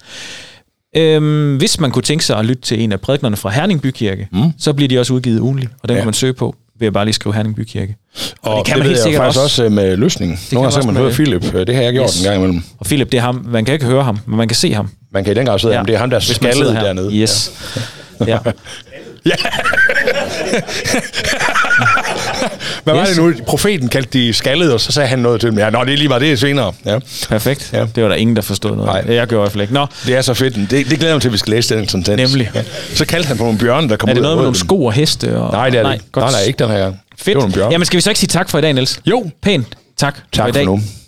Øhm, hvis man kunne tænke sig at lytte til en af prædiknerne fra Herning Bykirke, mm. så bliver de også udgivet ugenligt, og den ja. kan man søge på ved at bare lige skrive Herning Bykirke. Og, og det kan det man helt sikkert faktisk også, også med løsningen. Nogle gange kan man høre Philip. Det har jeg gjort yes. en gang imellem. Og Philip, det er ham. Man kan ikke høre ham, men man kan se ham. Man kan i den grad sidde ja. ham. Det er ham, der er skaldet dernede. Yes. Ja. Ja. Hvad var yes. det nu? Profeten kaldte de skaldede, og så sagde han noget til dem. Ja, nå, det er lige meget, det er senere. Ja. Perfekt. Ja. Det var der ingen, der forstod noget. Nej. Jeg gjorde i hvert fald ikke. Nå. Det er så fedt. Det, det glæder mig til, at vi skal læse den sentens. Nemlig. Ja. Så kaldte han på nogle bjørne, der kom ud. Er det noget ud med nogle sko og heste? Og... Nej, det er nej, det. Nej, nej, ikke den her gang. Fedt. Jamen, skal vi så ikke sige tak for i dag, Niels? Jo. Pænt. Tak, tak for i dag. For nu.